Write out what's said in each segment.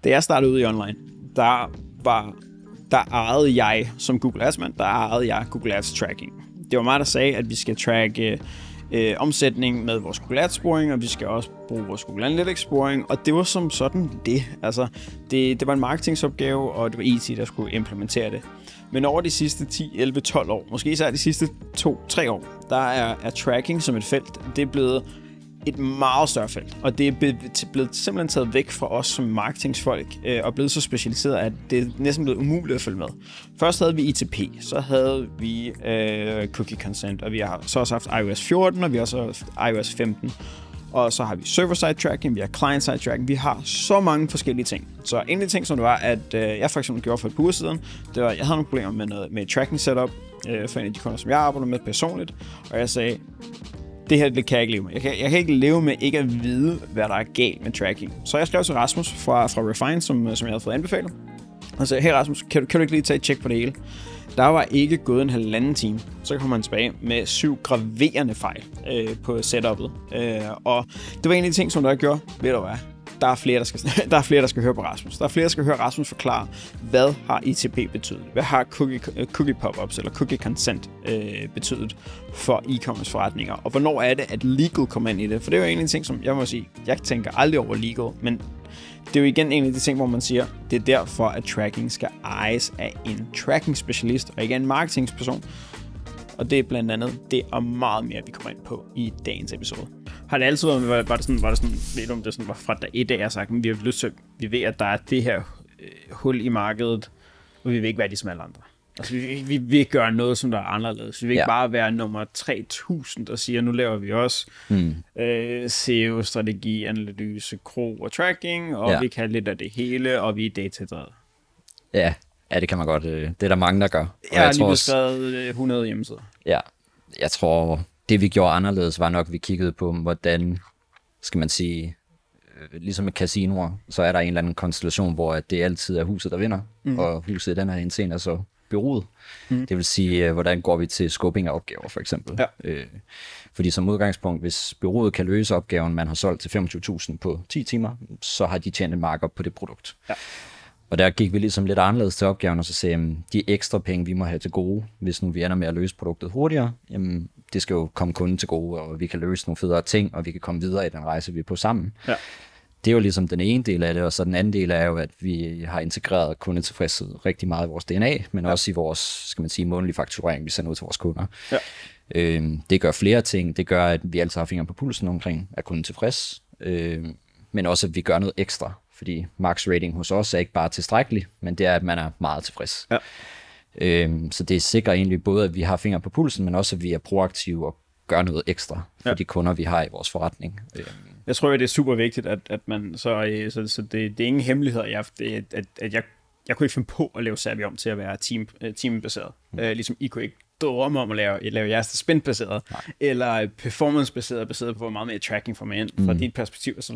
Da jeg startede ud i online, der ejede jeg som Google Ads-mand, der ejede jeg Google Ads Tracking. Det var mig, der sagde, at vi skal tracke omsætning med vores Google Ads-sporing, og vi skal også bruge vores Google Analytics-sporing, og det var som sådan det. Altså, det var en marketingsopgave, og det var IT, der skulle implementere det. Men over de sidste 10, 11, 12 år, måske især de sidste 2-3 år, der er tracking som et felt, det er blevet et meget større felt, og det er blevet simpelthen taget væk fra os som marketingsfolk, og blevet så specialiseret, at det er næsten blevet umuligt at følge med. Først havde vi ITP, så havde vi cookie consent, og vi har så også haft iOS 14, og vi har også haft iOS 15, og så har vi server-side tracking, vi har client-side tracking, vi har så mange forskellige ting. Så en af de ting, som det var, at jeg for eksempel gjorde for et par uger siden, det var, at jeg havde nogle problemer med et tracking setup for en af de kunder, som jeg arbejder med personligt, og jeg sagde, det her det kan jeg ikke leve med. Jeg kan ikke leve med ikke at vide, hvad der er galt med tracking. Så jeg skrev til Rasmus fra Refine, som jeg havde fået anbefalet, og sagde, hey Rasmus, kan du ikke lige tage et tjek på det hele? Der var ikke gået en halvanden time, så kom han tilbage med 7 graverende fejl på setupet. Og det var en af de ting, som der gjorde, ved du hvad, der er flere, der skal høre på Rasmus. Der er flere, der skal høre Rasmus forklare, hvad har ITP betydet? Hvad har cookie pop-ups eller cookie consent betydet for e-commerce forretninger? Og hvornår er det, at legal kommer ind i det? For det er jo en af de ting, som jeg må sige, jeg tænker aldrig over legal, men det er jo igen en af de ting, hvor man siger, det er derfor, at tracking skal ejes af en tracking specialist og ikke af en marketingsperson. Og det er blandt andet det og meget mere, vi kommer ind på i dagens episode. Har det altid været, var det sådan, ved du om det sådan var fra dag 1 af, jeg har sagt, men vi ved, at der er det her hul i markedet, og vi vil ikke være de som alle andre. Altså, vi vil gøre noget, som der er anderledes. Vi vil ikke bare være nummer 3000, der siger, nu laver vi også SEO, strategi, analyse, CRO og tracking, og vi kan lidt af det hele, og vi er datadrevet. Ja, det kan man godt. Det er der mange, der gør. Jeg har lige beskrevet 100 hjemmesider. Ja, jeg tror, det vi gjorde anderledes, var nok, at vi kiggede på, hvordan, skal man sige, ligesom med casinoer, så er der en eller anden konstellation, hvor det altid er huset, der vinder, og huset i den her henseende er så beroet. Det vil sige, hvordan går vi til scoping af opgaver, for eksempel. Ja. Fordi som udgangspunkt, hvis bureauet kan løse opgaven, man har solgt til 25.000 på 10 timer, så har de tjent en markup på det produkt. Ja. Og der gik vi ligesom lidt anderledes til opgaven, og så sagde, de ekstra penge, vi må have til gode, hvis nu vi ender med at løse produktet hurtigere, jamen, det skal jo komme kunden til gode, og vi kan løse nogle federe ting, og vi kan komme videre i den rejse, vi er på sammen. Ja. Det er jo ligesom den ene del af det, og så den anden del er jo, at vi har integreret kundetilfredshed rigtig meget i vores DNA, men også i vores, skal man sige, månedlige fakturering, vi sender ud til vores kunder. Ja. Det gør flere ting. Det gør, at vi altid har fingeren på pulsen omkring at kunden tilfreds, men også, at vi gør noget ekstra, fordi max rating hos os er ikke bare tilstrækkeligt, men det er, at man er meget tilfreds. Ja. Så det sikrer egentlig både, at vi har fingeren på pulsen, men også, at vi er proaktive og gør noget ekstra for de kunder, vi har i vores forretning. Jeg tror, det er super vigtigt, at man så det er ingen hemmelighed, at jeg kunne ikke finde på at lave Savvy om til at være teambaseret. Ligesom I kunne ikke drømme om at lave jeres spindbaseret, eller performancebaseret, baseret på hvor meget mere tracking får man ind fra dit perspektiv osv.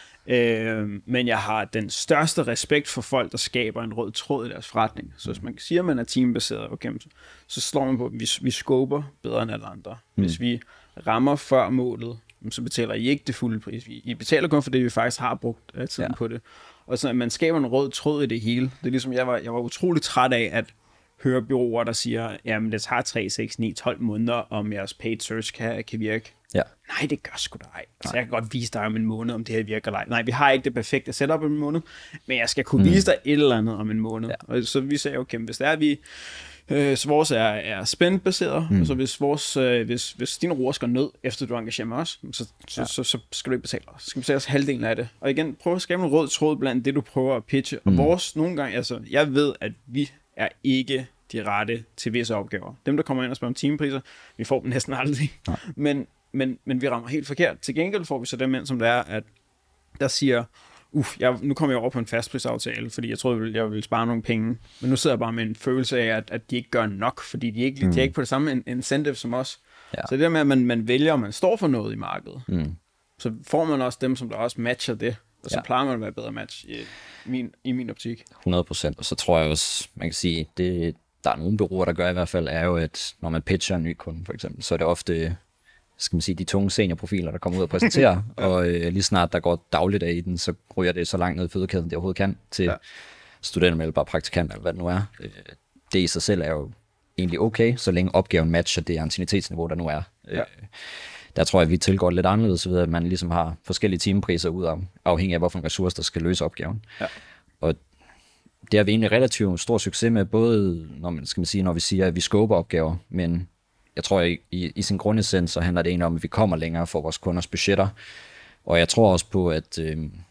Men jeg har den største respekt for folk, der skaber en rød tråd i deres forretning. Så hvis man siger, at man er teambaseret, okay, så slår man på, at vi scoper bedre end alle andre. Hvis vi rammer før målet, så betaler I ikke det fulde pris. I betaler kun for det, vi faktisk har brugt tiden på det. Og så at man skaber en rød tråd i det hele. Det er ligesom, jeg var utrolig træt af at høre bureauer, der siger, jamen det tager 3, 6, 9, 12 måneder, om jeres paid search kan virke. Ja. Nej, det gør sgu da ej. Altså, jeg kan godt vise dig om en måned, om det her virker eller ej. Nej, vi har ikke det perfekte setup om en måned, men jeg skal kunne vise dig et eller andet om en måned. Ja. Og så vi sagde, okay, hvis det er, vi så vores er spændbaseret, og så hvis dine roer skal ned, efter du engagerer med os, så skal du ikke betale os. Så skal du betale os halvdelen af det. Og igen, prøv at skabe en rød tråd blandt det, du prøver at pitche. Og vores nogle gange, altså, jeg ved, at vi er ikke de rette til visse opgaver. Dem, der kommer ind og spørger om timepriser, vi får dem næsten aldrig. Men vi rammer helt forkert. Til gengæld får vi så dem ind, som det er, at der siger, nu kommer jeg over på en fastprisaftale, fordi jeg troede, jeg ville spare nogle penge. Men nu sidder jeg bare med en følelse af, at de ikke gør nok, fordi de er ikke på det samme incentive som os. Ja. Så det der med, at man vælger, om man står for noget i markedet, så får man også dem, som der også matcher det. Og så plejer man at være bedre match i min optik. 100%. Og så tror jeg også, man kan sige, der er nogle bureauer, der gør i hvert fald, er jo, at når man pitcher en ny kunde, for eksempel, så er det ofte skal man sige, de tunge seniorprofiler, der kommer ud og præsenterer, og lige snart der går dagligt af i den, så ryger det så langt ned i fødekæden, det overhovedet kan, til studenter eller bare praktikanter, eller hvad det nu er. Det i sig selv er jo egentlig okay, så længe opgaven matcher det anciennitetsniveau, der nu er. Der tror jeg, vi tilgår det lidt anderledes, ved at man ligesom har forskellige timepriser ud af, afhængig af, hvilken ressource, der skal løse opgaven. Ja. Og det har vi egentlig relativt stor succes med, både når vi siger, at vi scoper opgaver, men jeg tror, i sin grundessens, så handler det egentlig om, at vi kommer længere for vores kunders budgetter. Og jeg tror også på, at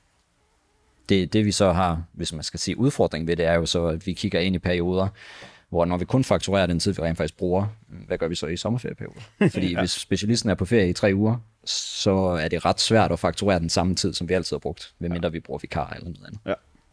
det vi så har, hvis man skal sige udfordring ved det, er jo så, at vi kigger ind i perioder, hvor når vi kun fakturerer den tid, vi rent faktisk bruger, hvad gør vi så i sommerferieperioder? Fordi hvis specialisten er på ferie i 3 uger, så er det ret svært at fakturere den samme tid, som vi altid har brugt, medmindre vi bruger vikar eller noget andet. Ja.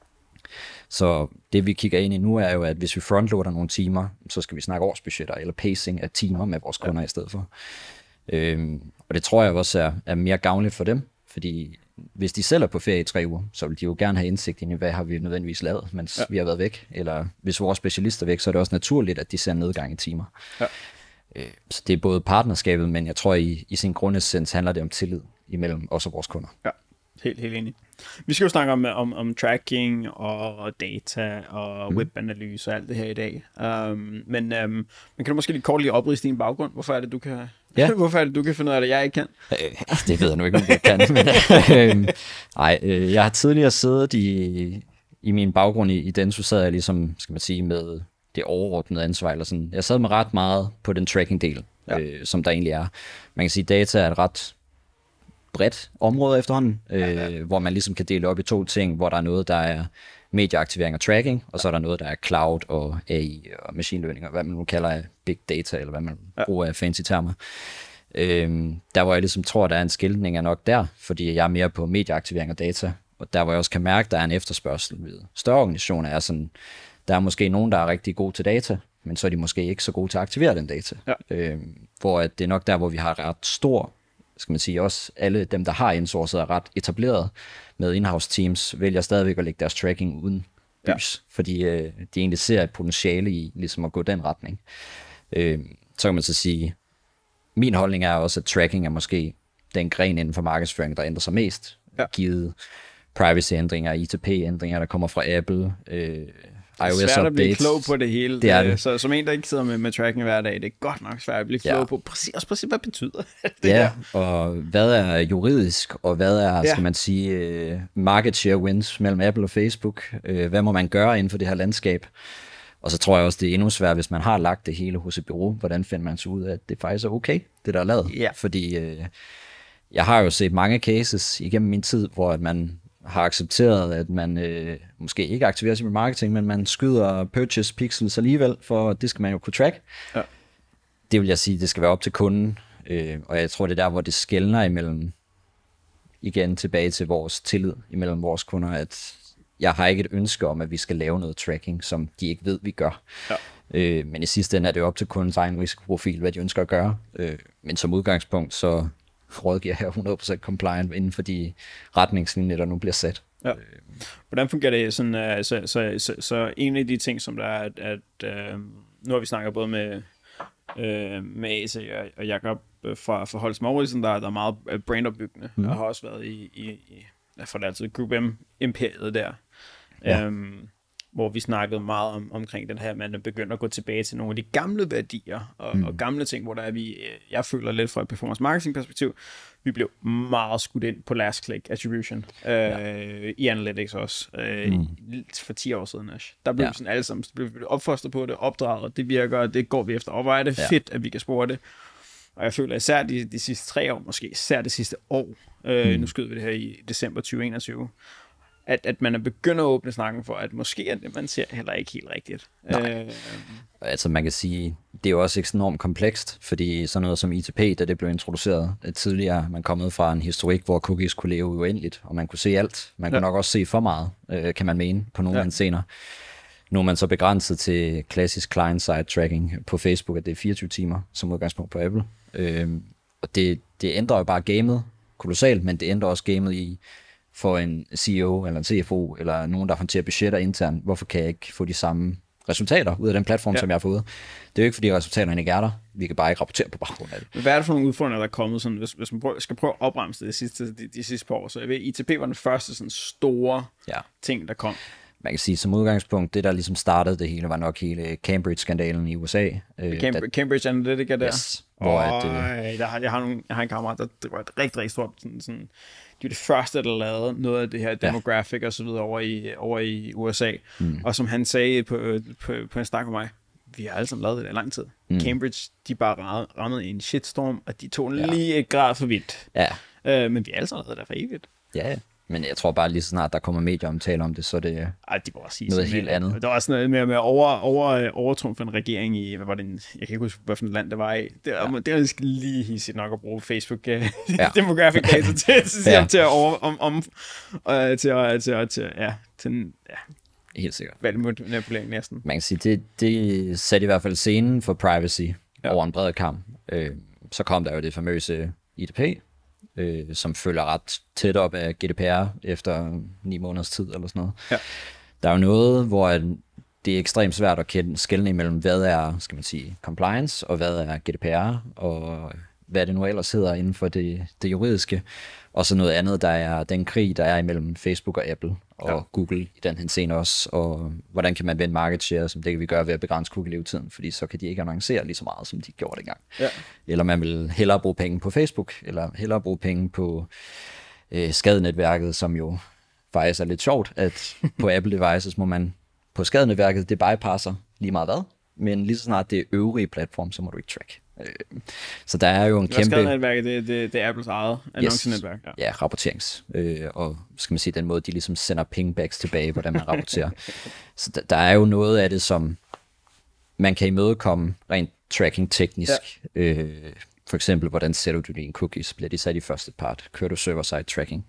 Så det vi kigger ind i nu er jo, at hvis vi frontloader nogle timer, så skal vi snakke årsbudgetter eller pacing af timer med vores kunder i stedet for. Og det tror jeg også er mere gavnligt for dem, fordi hvis de selv er på ferie i 3 uger, så vil de jo gerne have indsigt i, hvad har vi nødvendigvis lavet, mens vi har været væk. Eller hvis vores specialister er væk, så er det også naturligt, at de ser nedgang i timer. Ja. Så det er både partnerskabet, men jeg tror, i sin grundessens handler det om tillid imellem os og vores kunder. Ja, helt enig. Vi skal jo snakke om tracking og data og webanalyse og alt det her i dag. Men kan du måske lige kort lige opridse din baggrund? Hvorfor er det, du kan... Ja. Hvorfor er det, du kan finde ud af det, jeg ikke kan? Det ved jeg nu ikke, om jeg kan. Men, jeg har tidligere siddet i min baggrund i den, så sad jeg ligesom, skal man sige, med det overordnede ansvar. Eller sådan. Jeg sad med ret meget på den tracking-del, som der egentlig er. Man kan sige, at data er et ret bredt område efterhånden, hvor man ligesom kan dele op i 2 ting, hvor der er noget, der er medieaktivering og tracking, og så er der noget, der er cloud og AI og machine learning, og hvad man nu kalder af big data, eller hvad man bruger af fancy termer. Der hvor jeg ligesom tror, der er en skiltning er nok der, fordi jeg er mere på medieaktivering og data, og der hvor jeg også kan mærke, der er en efterspørgsel ved større organisationer, er sådan, der er måske nogen, der er rigtig gode til data, men så er de måske ikke så gode til at aktivere den data. Hvor det er nok der, hvor vi har ret stor, skal man sige, også alle dem, der har insourcet er ret etableret med in-house teams, vælger stadigvæk at lægge deres tracking uden bys, fordi de egentlig ser et potentiale i ligesom at gå den retning. Så kan man så sige, min holdning er også, at tracking er måske den gren inden for markedsføring, der ændrer sig mest, givet privacy-ændringer, ITP-ændringer, der kommer fra Apple, iOS det er svært updates. At blive klog på det hele. Det er det. Så som en, der ikke sidder med tracking hver dag, det er godt nok svært at blive klog på. Præcis, hvad betyder det her? Og hvad er juridisk, og hvad er, skal man sige, market share wins mellem Apple og Facebook? Hvad må man gøre inden for det her landskab? Og så tror jeg også, det er endnu svært, hvis man har lagt det hele hos et bureau. Hvordan finder man så ud af, at det faktisk er okay, det der er lavet? Fordi jeg har jo set mange cases igennem min tid, hvor at man har accepteret, at man måske ikke aktiverer sin marketing, men man skyder purchase pixels alligevel, for det skal man jo kunne track. Ja. Det vil jeg sige, det skal være op til kunden, og jeg tror, det er der, hvor det skelner imellem, igen tilbage til vores tillid imellem vores kunder, at jeg har ikke et ønske om, at vi skal lave noget tracking, som de ikke ved, vi gør. Ja. Men i sidste ende er det jo op til kundens egen risikoprofil, hvad de ønsker at gøre. Men som udgangspunkt, så rådgiver jeg 100% compliant inden for de retningslinjer, der nu bliver sat. Ja. Hvordan fungerer det sådan, så en af de ting, som der er, at nu har vi snakket både med AC og Jakob fra Holst Mauritzen, der er meget brandopbyggende, og har også været i for det altid Group M-imperiet der. Ja. Hvor vi snakkede meget omkring den her, at man begynder at gå tilbage til nogle af de gamle værdier og gamle ting, hvor der er jeg føler lidt fra et performance marketing perspektiv, vi blev meget skudt ind på last click attribution i analytics også, for 10 år siden. Der blev sådan alle sammen opfostret på det, opdraget, og det virker, og det går vi efter. Og hvor er det fedt, at vi kan spore det. Og jeg føler især de sidste 3 år, måske især det sidste år, nu skyder vi det her i december 2021, at man er begyndt at åbne snakken for, at måske er det, man ser heller ikke helt rigtigt. Altså man kan sige, det er jo også enormt komplekst, fordi sådan noget som ITP, da det blev introduceret tidligere, man kommet fra en historik, hvor cookies kunne leve uendeligt, og man kunne se alt. Man kunne nok også se for meget, kan man mene, på nogle scener. Nu er man så begrænset til klassisk client-side tracking på Facebook, at det er 24 timer som udgangspunkt på Apple. Og det ændrer jo bare gamet kolossalt, men det ændrer også gamet i, for en CEO eller en CFO, eller nogen, der håndterer budgetter internt, hvorfor kan jeg ikke få de samme resultater ud af den platform, som jeg har fået. Det er jo ikke, fordi resultaterne ikke er der. Vi kan bare ikke rapportere på baggrund af det. Men hvad er det for nogle udfordringer, der er kommet, sådan, hvis man skal prøve at opremse det de sidste par år? Så jeg ved, ITP var den første sådan store ting, der kom. Man kan sige, som udgangspunkt, det der ligesom startede det hele, var nok hele Cambridge-skandalen i USA. Cambridge Analytica der? Yes. Hvor jeg har en kammerat, der var et rigtig stort sådan, de var det første, der lavede noget af det her demographic og så videre over i USA. Og som han sagde på en snak med mig, vi har alle sammen lavet det i lang tid. Cambridge, de bare rammede i en shitstorm, og de tog lige et grad for vildt. Ja. Men vi har alle sammen lavet det der for evigt. Ja, men jeg tror bare lige så snart, der kommer medieomtale om det, så det de må også sige noget helt andet. Der var også noget med overtrumfe en regering i, hvad var det, jeg kan ikke huske, hvilken land det var i. Det er lige hissigt nok at bruge Facebook demographic data til helt sikkert. Valgmanipulering næsten. Man kan sige, det satte i hvert fald scenen for privacy over en bred kamp. Så kom der jo det famøse IDP, som følger ret tæt op af GDPR efter 9 måneders tid eller sådan noget. Ja. Der er jo noget, hvor det er ekstremt svært at skelne imellem, hvad er, skal man sige, compliance, og hvad er GDPR, og hvad det nu ellers hedder inden for det juridiske. Og så noget andet, der er den krig, der er imellem Facebook og Apple og Google i den henseende også, og hvordan kan man vinde market share, som det kan vi gøre ved at begrænse cookie-levetiden, fordi så kan de ikke annoncere lige så meget, som de gjorde dengang. Ja. Eller man vil hellere bruge penge på Facebook, eller hellere bruge penge på skadenetværket, som jo faktisk er lidt sjovt, at på Apple devices må man på skadenetværket, det bypasser lige meget hvad, men lige så snart det er øvrige platform, så må du ikke track. Så der er jo en kæmpe... Skadenetværket, det er Apples eget annoncenetværk. Ja, rapporterings. Og skal man sige, den måde, de ligesom sender pingbacks tilbage, hvordan man rapporterer. Så der er jo noget af det, som man kan imødekomme rent tracking-teknisk. Ja. For eksempel, hvordan sætter du dine cookies? Bliver de sat i første part? Kører du server-side tracking?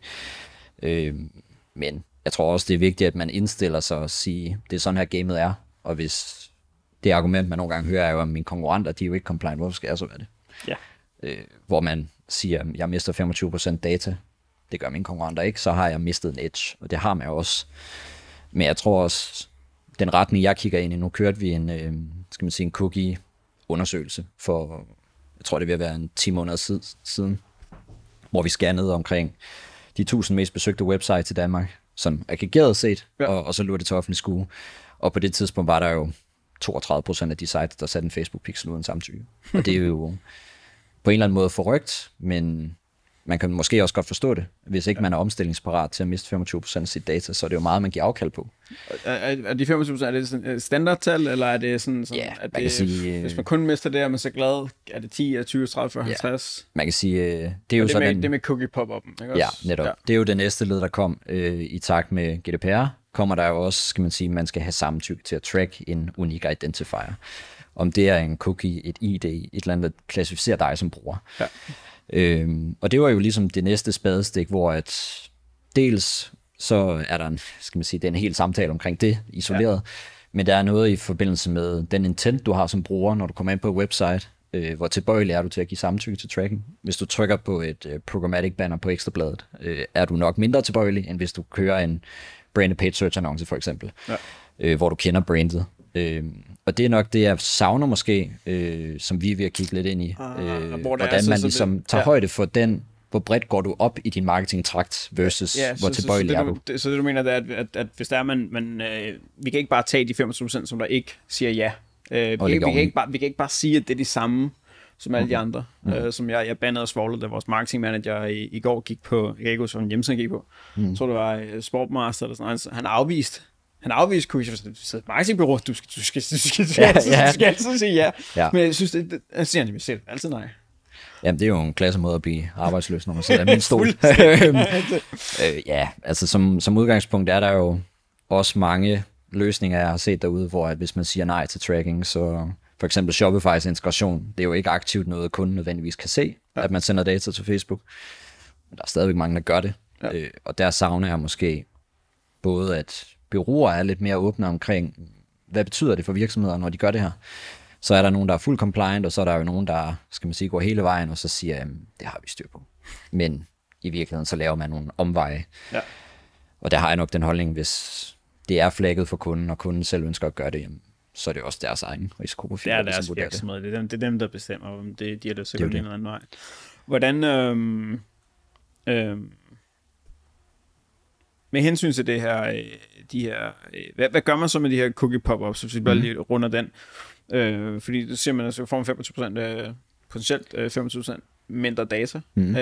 Men jeg tror også, det er vigtigt, at man indstiller sig og siger, det er sådan her gamet er, og hvis det argument, man nogle gange hører, er jo, at mine konkurrenter, de er jo ikke compliant, hvorfor skal jeg så være det? Ja. Hvor man siger, at jeg mister 25% data, det gør mine konkurrenter ikke, så har jeg mistet en edge, og det har man jo også. Men jeg tror også, den retning, jeg kigger ind i, nu kørte vi en cookie-undersøgelse for, jeg tror det vil være en 10 måneder siden, hvor vi scannede omkring de 1000 mest besøgte websites i Danmark, sådan aggregeret set, og så lå det til offentlig skue. Og på det tidspunkt var der jo 32% af de sites, der satte en Facebook-pixel uden samtykke. Og det er jo på en eller anden måde forrygt, men man kan måske også godt forstå det. Hvis ikke man er omstillingsparat til at miste 25% af sit data, så er det jo meget, man giver afkald på. Er de 25%, er det sådan et standardtal, eller er det sådan ja, at man det, kan sige, hvis man kun mister det, er man så glad? Er det 10, 20, 30, 40, 50? Man kan sige, det er jo sådan... Det med cookie pop-up'en, ikke også? Ja, netop. Ja. Det er jo det næste led, der kom i takt med GDPR. Kommer der jo også, skal man sige, man skal have samtykke til at track en unik identifier. Om det er en cookie, et ID, et eller andet, der klassificerer dig som bruger. Ja. Og det var jo ligesom det næste spadestik, hvor at dels så er der det er en hel samtale omkring det isoleret, men der er noget i forbindelse med den intent, du har som bruger, når du kommer ind på et website, hvor tilbøjelig er du til at give samtykke til tracking. Hvis du trykker på et programmatic banner på Ekstrabladet, er du nok mindre tilbøjelig, end hvis du kører en branded page search annonce for eksempel, hvor du kender brandet. Og det er nok det, jeg savner måske, som vi er ved at kigge lidt ind i. Hvordan man ligesom tager højde for den, hvor bredt går du op i din marketingtrakt versus hvor tilbøjelig er du. Så det du mener, det er, at hvis der er vi kan ikke bare tage de 25%, som der ikke siger ja. Vi kan ikke bare sige, at det er de samme som alle de andre. Som jeg bandede og svoglede, da vores marketingmanager i går gik på, jeg kan ikke huske, hjemmesiden gik på. Jeg tror, det var Sportmaster eller sådan noget. Han afviste cookies, så et marketingbureau, du skal altid sige ja. Men jeg synes, jeg siger han, selv altid nej. Jamen, det er jo en klasse måde at blive arbejdsløs, når man sidder i min stol. Altså som udgangspunkt er der jo også mange løsninger, jeg har set derude, hvor at hvis man siger nej til tracking, så for eksempel Shopify's integration, det er jo ikke aktivt noget, kunden nødvendigvis kan se, at man sender data til Facebook. Men der er stadigvæk mange, der gør det. Og der savner jeg måske både, at bureauer er lidt mere åbne omkring, hvad betyder det for virksomheder, når de gør det her. Så er der nogen, der er fuld compliant, og så er der jo nogen, der, skal man sige, går hele vejen, og så siger, det har vi styr på. Men i virkeligheden, så laver man nogle omveje. Ja. Og der har jeg nok den holdning, hvis det er flagget for kunden, og kunden selv ønsker at gøre det, så er det også deres egen risikoprofil. Det er deres virksomhed. Det er dem, der bestemmer, om de har lyst til at gå en eller anden vej. Hvordan... med hensyn til det her, hvad gør man så med de her cookie pop-ups, hvis vi bare lige runder den? Fordi det siger man, at vi får 25% potentielt 25% mindre data.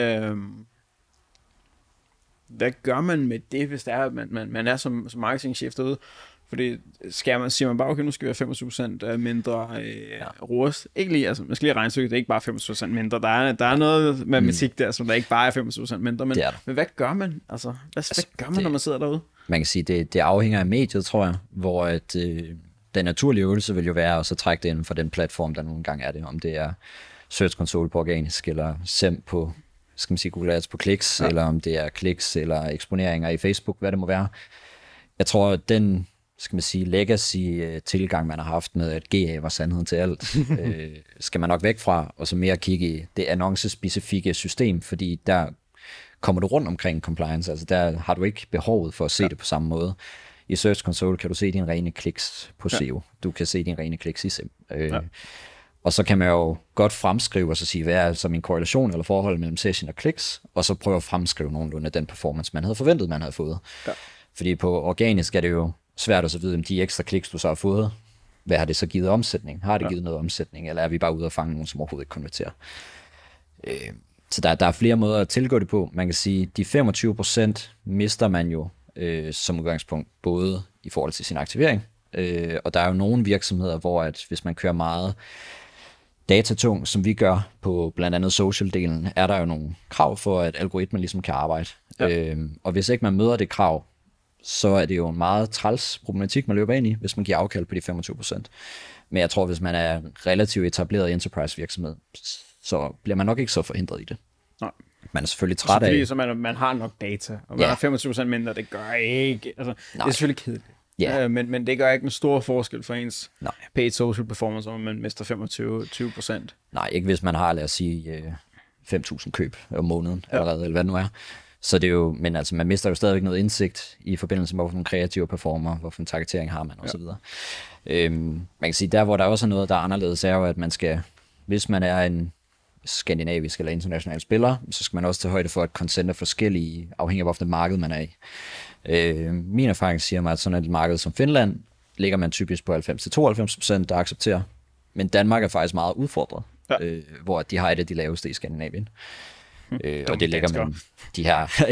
Hvad gør man med det, hvis det er, at man er som marketingchef derude? Fordi siger man bare, okay, nu skal vi have 25% mindre ROAS. Ikke lige, altså, man skal lige regne det er ikke bare 25% mindre. Der er noget matematik der, som der ikke bare er 25% mindre. Men hvad gør man? Altså, hvad gør man, når man sidder derude? Man kan sige, det afhænger af mediet, tror jeg, hvor den naturlige øvelse vil jo være at så trække det inden for den platform, der nogle gange er det. Om det er Search Console på organisk, eller SEM på, skal man sige, Google Ads på kliks, eller om det er kliks, eller eksponeringer i Facebook, hvad det må være. Jeg tror, at den, skal man sige, legacy-tilgang, man har haft med, at GA var sandheden til alt, skal man nok væk fra, og så mere kigge i det annoncespecifikke system, fordi der kommer du rundt omkring compliance, altså der har du ikke behovet for at se det på samme måde. I Search Console kan du se dine rene kliks på SEO, du kan se dine rene kliks i SEM. Og så kan man jo godt fremskrive og så sige, hvad er altså min korrelation eller forhold mellem session og kliks, og så prøve at fremskrive nogenlunde den performance, man havde forventet, man havde fået. Ja. Fordi på organisk er det jo svært at så vide, om de ekstra kliks, du så har fået, hvad har det så givet omsætning? Har det givet noget omsætning, eller er vi bare ude at fange nogen, som overhovedet ikke konverterer? Så der er flere måder at tilgå det på. Man kan sige, de 25% mister man jo som udgangspunkt, både i forhold til sin aktivering, og der er jo nogle virksomheder, hvor at hvis man kører meget datatung, som vi gør på blandt andet social-delen, er der jo nogle krav for, at algoritmen ligesom kan arbejde. Ja. Og hvis ikke man møder det krav, så er det jo en meget træls problematik, man løber ind i, hvis man giver afkald på de 25%. Men jeg tror, hvis man er relativt etableret enterprise virksomhed, så bliver man nok ikke så forhindret i det. Nej. Man er selvfølgelig træt af... Fordi så man har nok data, og man har 25% mindre, det gør ikke... Altså, det er selvfølgelig kedeligt. Yeah. Men det gør ikke en stor forskel for ens paid social performance, om man mister 20%. Nej, ikke hvis man har, lad os sige, 5.000 køb om måneden allerede, eller hvad det nu er. Så det er jo, men altså, man mister jo stadigvæk noget indsigt i forbindelse med, hvilken kreative performer, hvilken targetering har man, osv. Man kan sige, der hvor der også er noget, der er anderledes, er jo, at man skal, hvis man er en skandinavisk eller international spiller, så skal man også tage højde for, at consent er forskellige, afhængig af, hvilket marked man er i. Min erfaring siger mig, at sådan et marked som Finland, ligger man typisk på 90-92%, der accepterer. Men Danmark er faktisk meget udfordret, hvor de har et af de laveste i Skandinavien. Og det ligger mellem de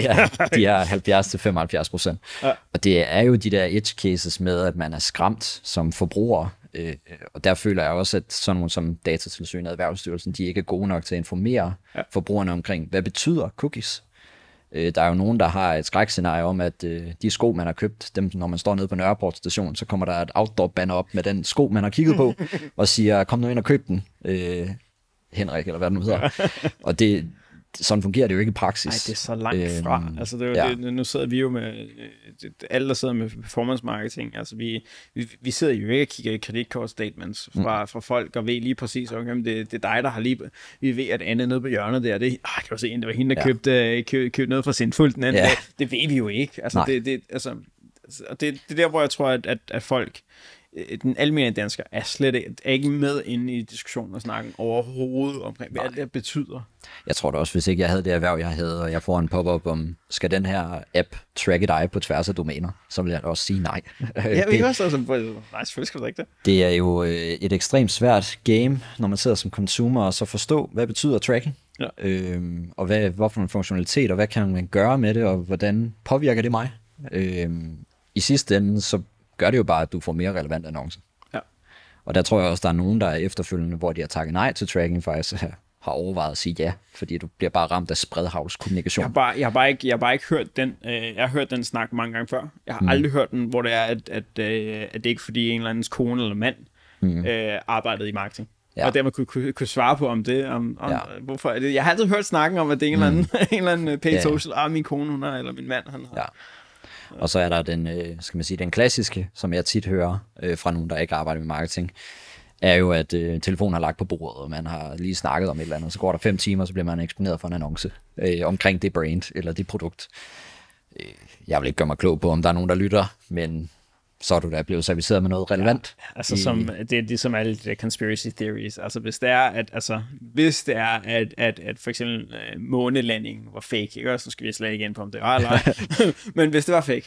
her 70-75%. Ja. Og det er jo de der edge cases med, at man er skræmt som forbruger. Og der føler jeg også, at sådan nogle som Datatilsynet og Erhvervsstyrelsen, de ikke er gode nok til at informere forbrugerne omkring, hvad betyder cookies? Der er jo nogen, der har et skrækscenarie om, at de sko, man har købt, dem, når man står nede på Nørreport station, så kommer der et outdoor-banner op med den sko, man har kigget på, og siger, kom nu ind og køb den, Henrik, eller hvad det nu hedder. Og sådan fungerer det jo ikke i praksis. Nej, det er så langt fra. Altså, det er jo nu sidder vi jo med, alle der sidder med performance marketing, altså vi sidder jo ikke og kigger i kreditkortstatements fra folk, og ved lige præcis, okay, det er dig, der har lige, vi ved, at Anne nede på hjørnet der, det var hende, der købte noget fra Sindfuld den anden dag. Det ved vi jo ikke. Altså, det er der, hvor jeg tror, at folk, den almindelige dansker er ikke med inde i diskussionen og snakken overhovedet omkring, hvad det betyder. Jeg tror da også, hvis ikke jeg havde det erhverv, jeg havde, og jeg får en pop-up om, skal den her app tracke dig på tværs af domæner, så vil jeg da også sige nej. Ja, vi kan også sådan, nej, selvfølgelig skal du ikke det. Det er jo et ekstremt svært game, når man sidder som consumer, og så forstå, hvad betyder tracking, og hvorfor en funktionalitet, og hvad kan man gøre med det, og hvordan påvirker det mig? I sidste ende, så gør det jo bare, at du får mere relevant annoncer. Ja. Og der tror jeg også, der er nogen, der er efterfølgende, hvor de har takket nej til tracking, faktisk har overvejet at sige ja, fordi du bliver bare ramt af spredhavlskommunikation. Jeg har bare ikke hørt den. Jeg har hørt den snak mange gange før. Jeg har aldrig hørt den, hvor det er, at det ikke fordi en eller andens kone eller mand arbejdede i marketing. Ja. Og dermed kunne svare på om det. Hvorfor er det. Jeg har altid hørt snakken om, at det er en eller anden paid social. Min kone, hun har, eller min mand, han har. Ja. Og så er der den, skal man sige, den klassiske, som jeg tit hører fra nogen, der ikke arbejder med marketing, er jo, at telefonen har lagt på bordet, og man har lige snakket om et eller andet, så går der 5 timer, så bliver man eksponeret for en annonce omkring det brand eller det produkt. Jeg vil ikke gøre mig klog på, om der er nogen, der lytter, men så er du da blevet serviceret med noget relevant. Ja, altså det er ligesom alle de conspiracy theories. Altså hvis det er, at for eksempel månelandingen var fake, ikke? Så skal vi slet ikke ind på, om det var eller ej. Men hvis det var fake,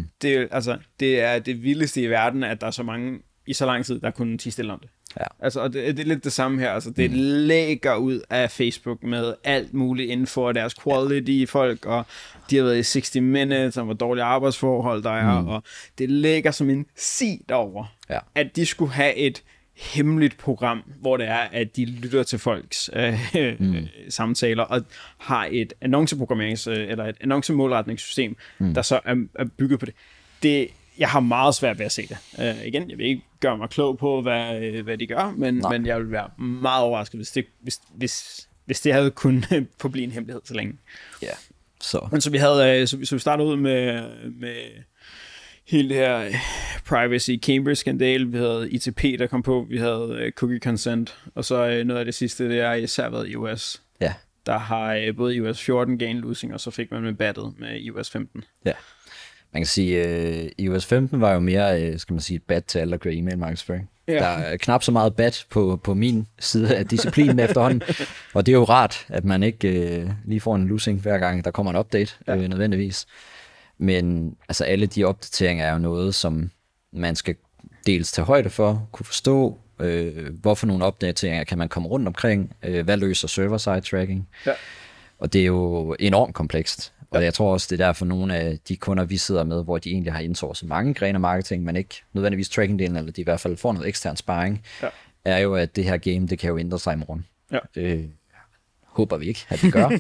det er det vildeste i verden, at der er så mange i så lang tid, der kunne tige stille om det. Ja. Altså, og det er lidt det samme her. Altså, det lægger ud af Facebook med alt muligt inden for deres quality folk, og de har været i 60 Minutes, og hvor dårlige arbejdsforhold der er, og det lægger som en derover, at de skulle have et hemmeligt program, hvor det er, at de lytter til folks samtaler, og har et eller et annoncemålretningssystem, der så er bygget på det. Jeg har meget svært ved at se det. Igen, jeg vil ikke gøre mig klog på, hvad de gør, men jeg vil være meget overrasket, hvis det havde kun forblive en hemmelighed så længe. Ja. Så. Men så vi startede ud med hele det her privacy Cambridge-skandal. Vi havde ITP, der kom på. Vi havde cookie consent. Og så noget af det sidste, det er især været iOS. Ja. Der har både iOS 14 gain losing, og så fik man med battet med iOS 15. Ja. Man kan sige, iOS 15 var jo mere, skal man sige, et bat til alle, der kører e-mail markedsføring. Ja. Der er knap så meget bat på min side af disciplinen efterhånden, og det er jo rart, at man ikke lige får en losing hver gang, der kommer en update, nødvendigvis. Men altså alle de opdateringer er jo noget, som man skal dels tage højde for, kunne forstå, hvorfor nogle opdateringer kan man komme rundt omkring, hvad løser server-side tracking, og det er jo enormt komplekst. Og jeg tror også, det er derfor nogle af de kunder, vi sidder med, hvor de egentlig har indsourcet mange grene af marketing, men ikke nødvendigvis tracking-delen, eller de i hvert fald får noget ekstern sparring, er jo, at det her game, det kan jo ændre sig i morgen. Ja. Håber vi ikke, at det gør.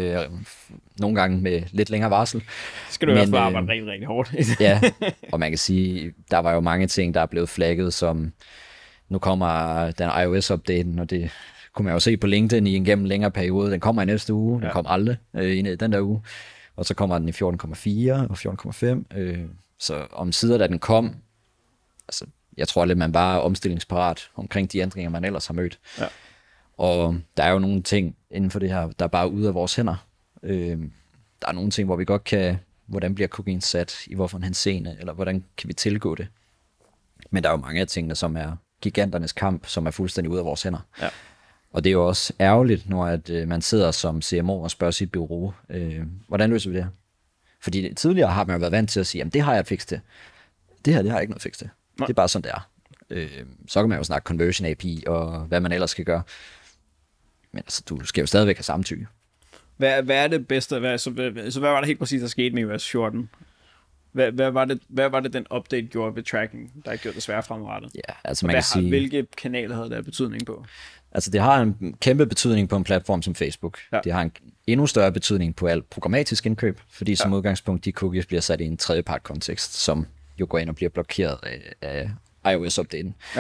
Nogle gange med lidt længere varsel. Skal du i hvert fald arbejde rigtig, rigtig hårdt. Ja, og man kan sige, der var jo mange ting, der er blevet flagget, som nu kommer den iOS-updaten, og det kunne man jo se på LinkedIn i en gennem længere periode. Den kommer i næste uge, den kommer aldrig i den der uge. Og så kommer den i 14,4 og 14,5. Så om sider, da den kom, altså, jeg tror lidt, man bare er omstillingsparat omkring de ændringer, man ellers har mødt. Ja. Og der er jo nogle ting inden for det her, der er bare ude af vores hænder. Der er nogle ting, hvor vi godt kan, hvordan bliver cookien sat, i hvorfor en henseende, eller hvordan kan vi tilgå det. Men der er jo mange af tingene, som er giganternes kamp, som er fuldstændig ude af vores hænder. Ja. Og det er jo også ærgerligt, når at, man sidder som CMO og spørger sit bureau, hvordan løser vi det her? Fordi tidligere har man jo været vant til at sige, jamen det har jeg et fix til. Det her, det har jeg ikke noget fix til. Nej. Det er bare sådan, det er. Så kan man jo snakke conversion API og hvad man ellers skal gøre. Men altså, du skal jo stadigvæk have samtykke. Hvad er det bedste? Hvad var det helt præcis, der skete med iOS 14? Hvad var det, den update gjorde ved tracking, der gjorde det svært fremadrettet? Ja, altså man kan sige... Hvilke kanaler havde der betydning på? Altså det har en kæmpe betydning på en platform som Facebook. Ja. Det har en endnu større betydning på alt programmatisk indkøb, fordi som udgangspunkt de cookies bliver sat i en tredjepart kontekst, som jo går ind og bliver blokeret af iOS-updaten. Ja.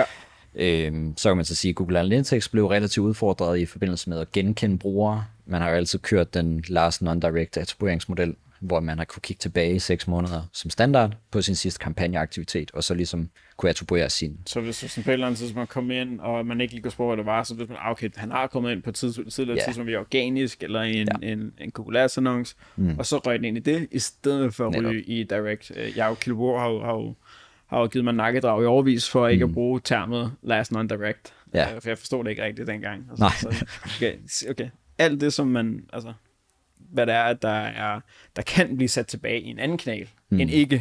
Så kan man så sige, at Google Analytics blev relativt udfordret i forbindelse med at genkende brugere. Man har jo altid kørt den last non-direct attribueringsmodel, hvor man har kunne kigge tilbage i 6 måneder som standard på sin sidste kampagneaktivitet, og så ligesom kunne attribuere sin... Så hvis du sådan på et eller andet tidspunkt kom ind, og man ikke lige kunne spore, hvad det var, så ved man, okay, han har kommet ind på et tidligere tidspunkt, vi organisk, eller en Google Ads annonce, og så røg den ind i det, i stedet for at ryge i direct. Kilbor har jo givet mig nakkedrag i overvis for ikke at bruge termet last non-direct, for jeg forstod det ikke rigtigt dengang. Altså, okay. Alt det, som man... Altså, hvad det er, at der kan blive sat tilbage i en anden kanal, end ikke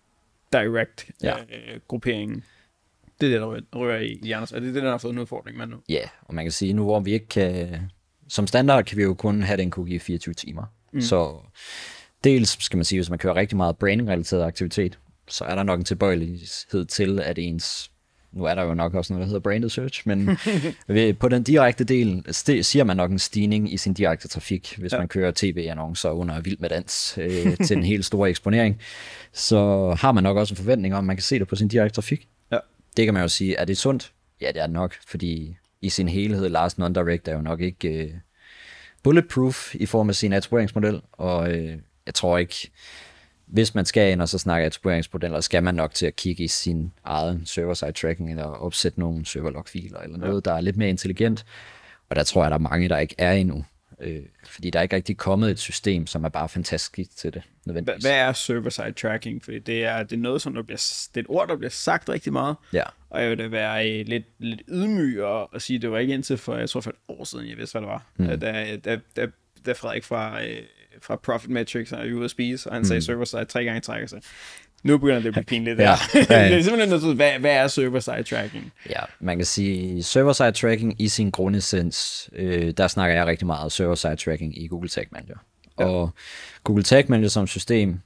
direct grupperingen. Det er det, der rører i Anders. Er det det, der har fået en udfordring med nu? Ja, og man kan sige, nu hvor vi ikke kan... Som standard kan vi jo kun have den cookie i 24 timer. Så dels skal man sige, hvis man kører rigtig meget branding-relateret aktivitet, så er der nok en tilbøjelighed til, at ens... Nu er der jo nok også noget, der hedder branded search, men på den direkte del siger man nok en stigning i sin direkte trafik, hvis man kører tv-annoncer under Vild med Dans til en helt stor eksponering. Så har man nok også en forventning om, at man kan se det på sin direkte trafik. Ja. Det kan man jo sige, er det sundt? Ja, det er det nok, fordi i sin helhed, last non-direct er jo nok ikke bulletproof i form af sin attribueringsmodel, og jeg tror ikke... Hvis man skal ind og så snakke attribueringsmodeller, skal man nok til at kigge i sin egen server-side tracking, eller opsætte nogle server-log-filer, eller noget, der er lidt mere intelligent. Og der tror jeg, der er mange, der ikke er endnu. fordi der er ikke rigtig kommet et system, som er bare fantastisk til det, nødvendigvis. Hvad er server-side tracking? Fordi det er noget, som det er et ord, der bliver sagt rigtig meget. Ja. Og jeg vil da være lidt ydmyg og sige, det var ikke indtil for, jeg tror for et år siden, jeg vidste, hvad det var. Da Frederik fra Profit Metrics er ude at spise, og han sagde server-side 3 gange i træk, så nu begynder det at blive pinligt der. Det er simpelthen noget, hvad er server-side tracking? Ja, man kan sige, server-side tracking i sin grundessens, der snakker jeg rigtig meget om server-side tracking i Google Tag Manager. Ja. Og Google Tag Manager som system,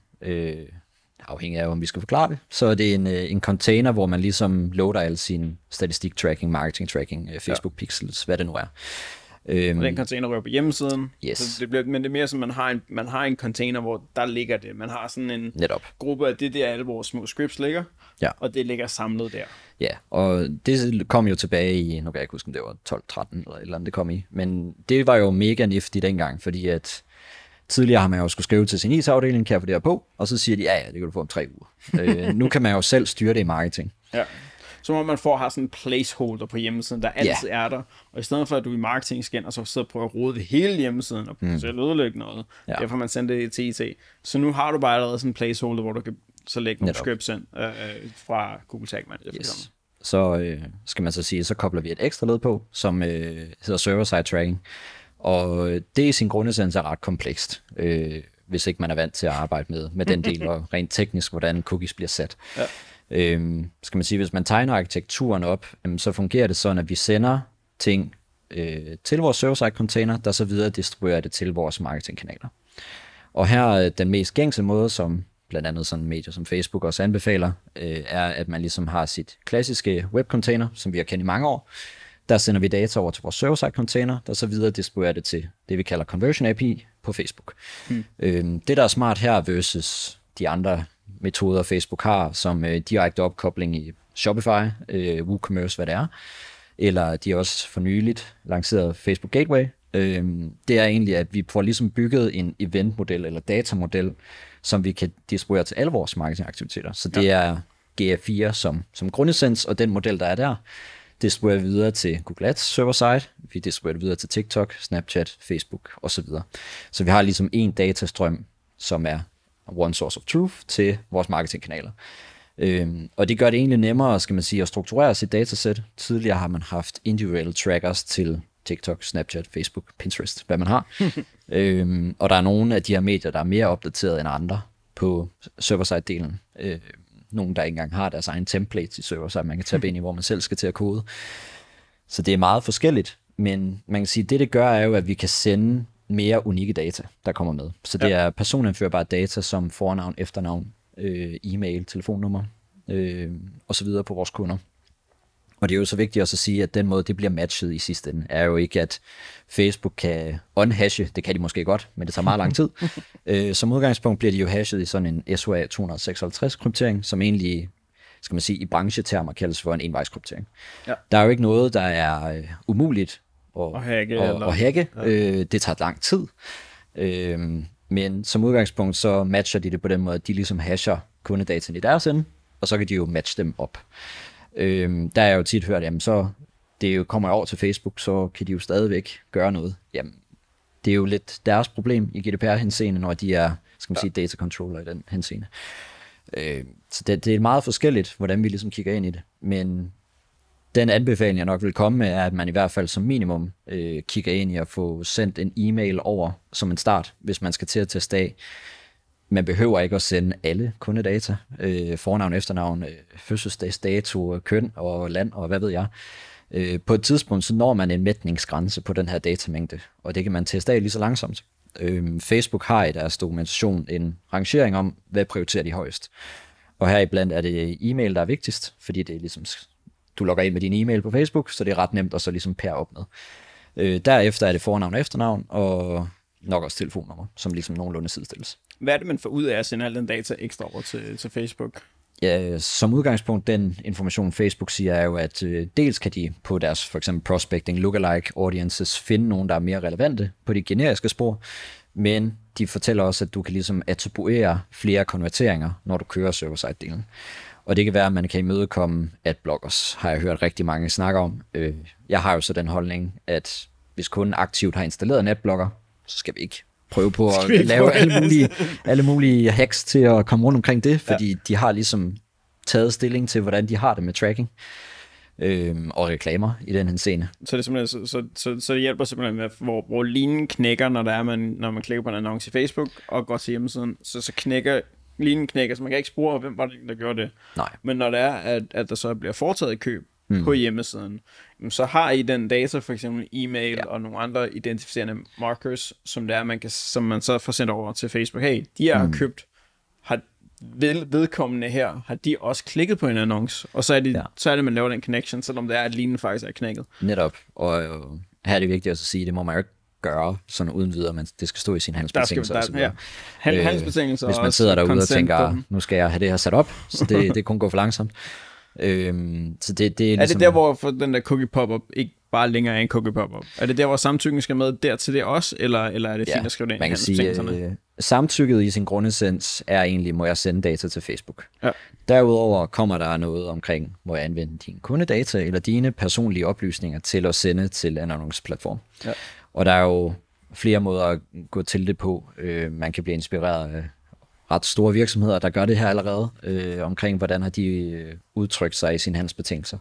afhængig af, om vi skal forklare det, så er det en container, hvor man ligesom loader al sin statistik-tracking, marketing-tracking, Facebook-pixels, hvad det nu er. Og den container rører på hjemmesiden. Yes. Så men det er mere som, man har en container, hvor der ligger det. Man har sådan en gruppe af det der, alle vores små scripts ligger, og det ligger samlet der. Ja, og det kom jo tilbage i, nu kan jeg ikke huske, om det var 12-13 eller et eller andet, det kom i. Men det var jo mega nifty dengang, fordi at tidligere har man jo skulle skrive til sin IT-afdeling, kan jeg få det her på, og så siger de, ja, det kan du få om 3 uger. Nu kan man jo selv styre det i marketing. Ja. Så må man have sådan en placeholder på hjemmesiden, der altid er der. Og i stedet for, at du i marketing skal og så sidder og prøver at rode ved hele hjemmesiden, og selv ødelægge noget, derfor man sender det til IT. Så nu har du bare allerede sådan en placeholder, hvor du kan så lægge nogle scripts ind fra Google Tag Manager. Yes. Så skal man så sige, så kobler vi et ekstra led på, som hedder server-side tracking. Og det i sin grundessens er ret komplekst, hvis ikke man er vant til at arbejde med den del, og rent teknisk, hvordan cookies bliver sat. Ja. Skal man sige, hvis man tegner arkitekturen op, så fungerer det sådan, at vi sender ting til vores server-side container, der så videre distribuerer det til vores marketingkanaler. Og her den mest gængse måde, som blandt andet sådan medier som Facebook også anbefaler, er, at man ligesom har sit klassiske webcontainer, som vi har kendt i mange år. Der sender vi data over til vores server-side container, der så videre distribuerer det til det, vi kalder Conversion API på Facebook. Det, der er smart her versus de andre metoder, Facebook har, som direkte opkobling i Shopify, WooCommerce, hvad det er, eller de har også for nyligt lanceret Facebook Gateway. Det er egentlig, at vi får ligesom bygget en eventmodel eller datamodel, som vi kan distribuere til alle vores marketingaktiviteter. Så det er GA4 som grundessens, og den model, der er der, distribuerer vi videre til Google Ads server-side, vi distribuerer det videre til TikTok, Snapchat, Facebook osv. Så vi har ligesom en datastrøm, som er one source of truth til vores marketingkanaler. Og det gør det egentlig nemmere, skal man sige, at strukturere sit datasæt. Tidligere har man haft individuelle trackers til TikTok, Snapchat, Facebook, Pinterest, hvad man har. Og der er nogle af de her medier, der er mere opdateret end andre på server-side-delen. Nogle, der ikke engang har deres egen templates i server-side, man kan tabe ind i, hvor man selv skal til at kode. Så det er meget forskelligt, men man kan sige, at det gør, er jo, at vi kan sende mere unikke data, der kommer med. Så det er personanførbare data som fornavn, efternavn, e-mail, telefonnummer og så videre på vores kunder. Og det er jo så vigtigt også at sige, at den måde, det bliver matchet i sidste ende, er jo ikke, at Facebook kan unhashe, det kan de måske godt, men det tager meget lang tid. Som udgangspunkt bliver de jo hashet i sådan en SOA 256 kryptering, som egentlig, skal man sige, i branchetermer kaldes for en envejskryptering. Ja. Der er jo ikke noget, der er umuligt at hacke. Det tager lang tid. Men som udgangspunkt, så matcher de det på den måde, at de ligesom hasher kundedataen i deres ende, og så kan de jo matche dem op. Der er jeg jo tit hørt, jamen så det jo kommer over til Facebook, så kan de jo stadigvæk gøre noget. Jamen, det er jo lidt deres problem i GDPR-henseende, når de er, skal man sige, data controller i den henseende. Så det er meget forskelligt, hvordan vi ligesom kigger ind i det. Men den anbefaling, jeg nok vil komme med, er, at man i hvert fald som minimum kigger ind i at få sendt en e-mail over som en start, hvis man skal til at teste af. Man behøver ikke at sende alle kundedata, fornavn, efternavn, fødselsdagsdato, køn og land og hvad ved jeg. På et tidspunkt så når man en mætningsgrænse på den her datamængde, og det kan man teste af lige så langsomt. Facebook har i deres dokumentation en rangering om, hvad prioriterer de højst. Og heriblandt er det e-mail, der er vigtigst, fordi det er ligesom, du logger ind med din e-mail på Facebook, så det er ret nemt at så ligesom pære op med. Derefter er det fornavn og efternavn, og nok også telefonnummer, som ligesom nogenlunde sidestilles. Hvad er det, man får ud af at sende al den data ekstra over til Facebook? Ja, som udgangspunkt, den information Facebook siger, er jo, at dels kan de på deres for eksempel prospecting, lookalike audiences finde nogen, der er mere relevante på de generiske spor, men de fortæller også, at du kan ligesom attribuere flere konverteringer, når du kører server-side-delen. Og det kan være, at man kan imødekomme adblockers, har jeg hørt rigtig mange snakke om. Jeg har jo så den holdning, at hvis kunden aktivt har installeret en adblocker, så skal vi ikke prøve på at lave alle mulige hacks til at komme rundt omkring det, fordi de har ligesom taget stilling til, hvordan de har det med tracking og reklamer i den henseende. Så det simpelthen, så det hjælper simpelthen med, hvor linen knækker, når man klikker på en annonce i Facebook og går til hjemmesiden, så knækker linen knækker, så man kan ikke spore, hvem var det, der gjorde det. Nej. Men når det er, at der så bliver foretaget køb på hjemmesiden, så har I den data, for eksempel e-mail og nogle andre identificerende markers, som man så får sendt over til Facebook. Hey, de har købt, har vedkommende her, har de også klikket på en annonce, og så er det, man laver den connection, selvom det er, at linen faktisk er knækket. Netop, og her er det vigtigt at sige, det må man jo ikke gøre sådan uden videre, men det skal stå i sine handelsbetingelser. Handelsbetingelser. Hvis man sidder derude og tænker, nu skal jeg have det her sat op, så det kun går for langsomt. Så det er ligesom... det der, hvor for den der cookie pop-up ikke bare længere er en cookie pop-up? Er det der, hvor samtykken skal med der til det også, eller er det fint at skrive det ind? Man kan sige, samtykket i sin grundessens er egentlig, må jeg sende data til Facebook. Ja. Derudover kommer der noget omkring, må jeg anvende dine kundedata eller dine personlige oplysninger til at sende til en annonceplatform. Ja. Og der er jo flere måder at gå til det på. Man kan blive inspireret af ret store virksomheder, der gør det her allerede, omkring hvordan har de udtrykt sig i sine handelsbetingelser.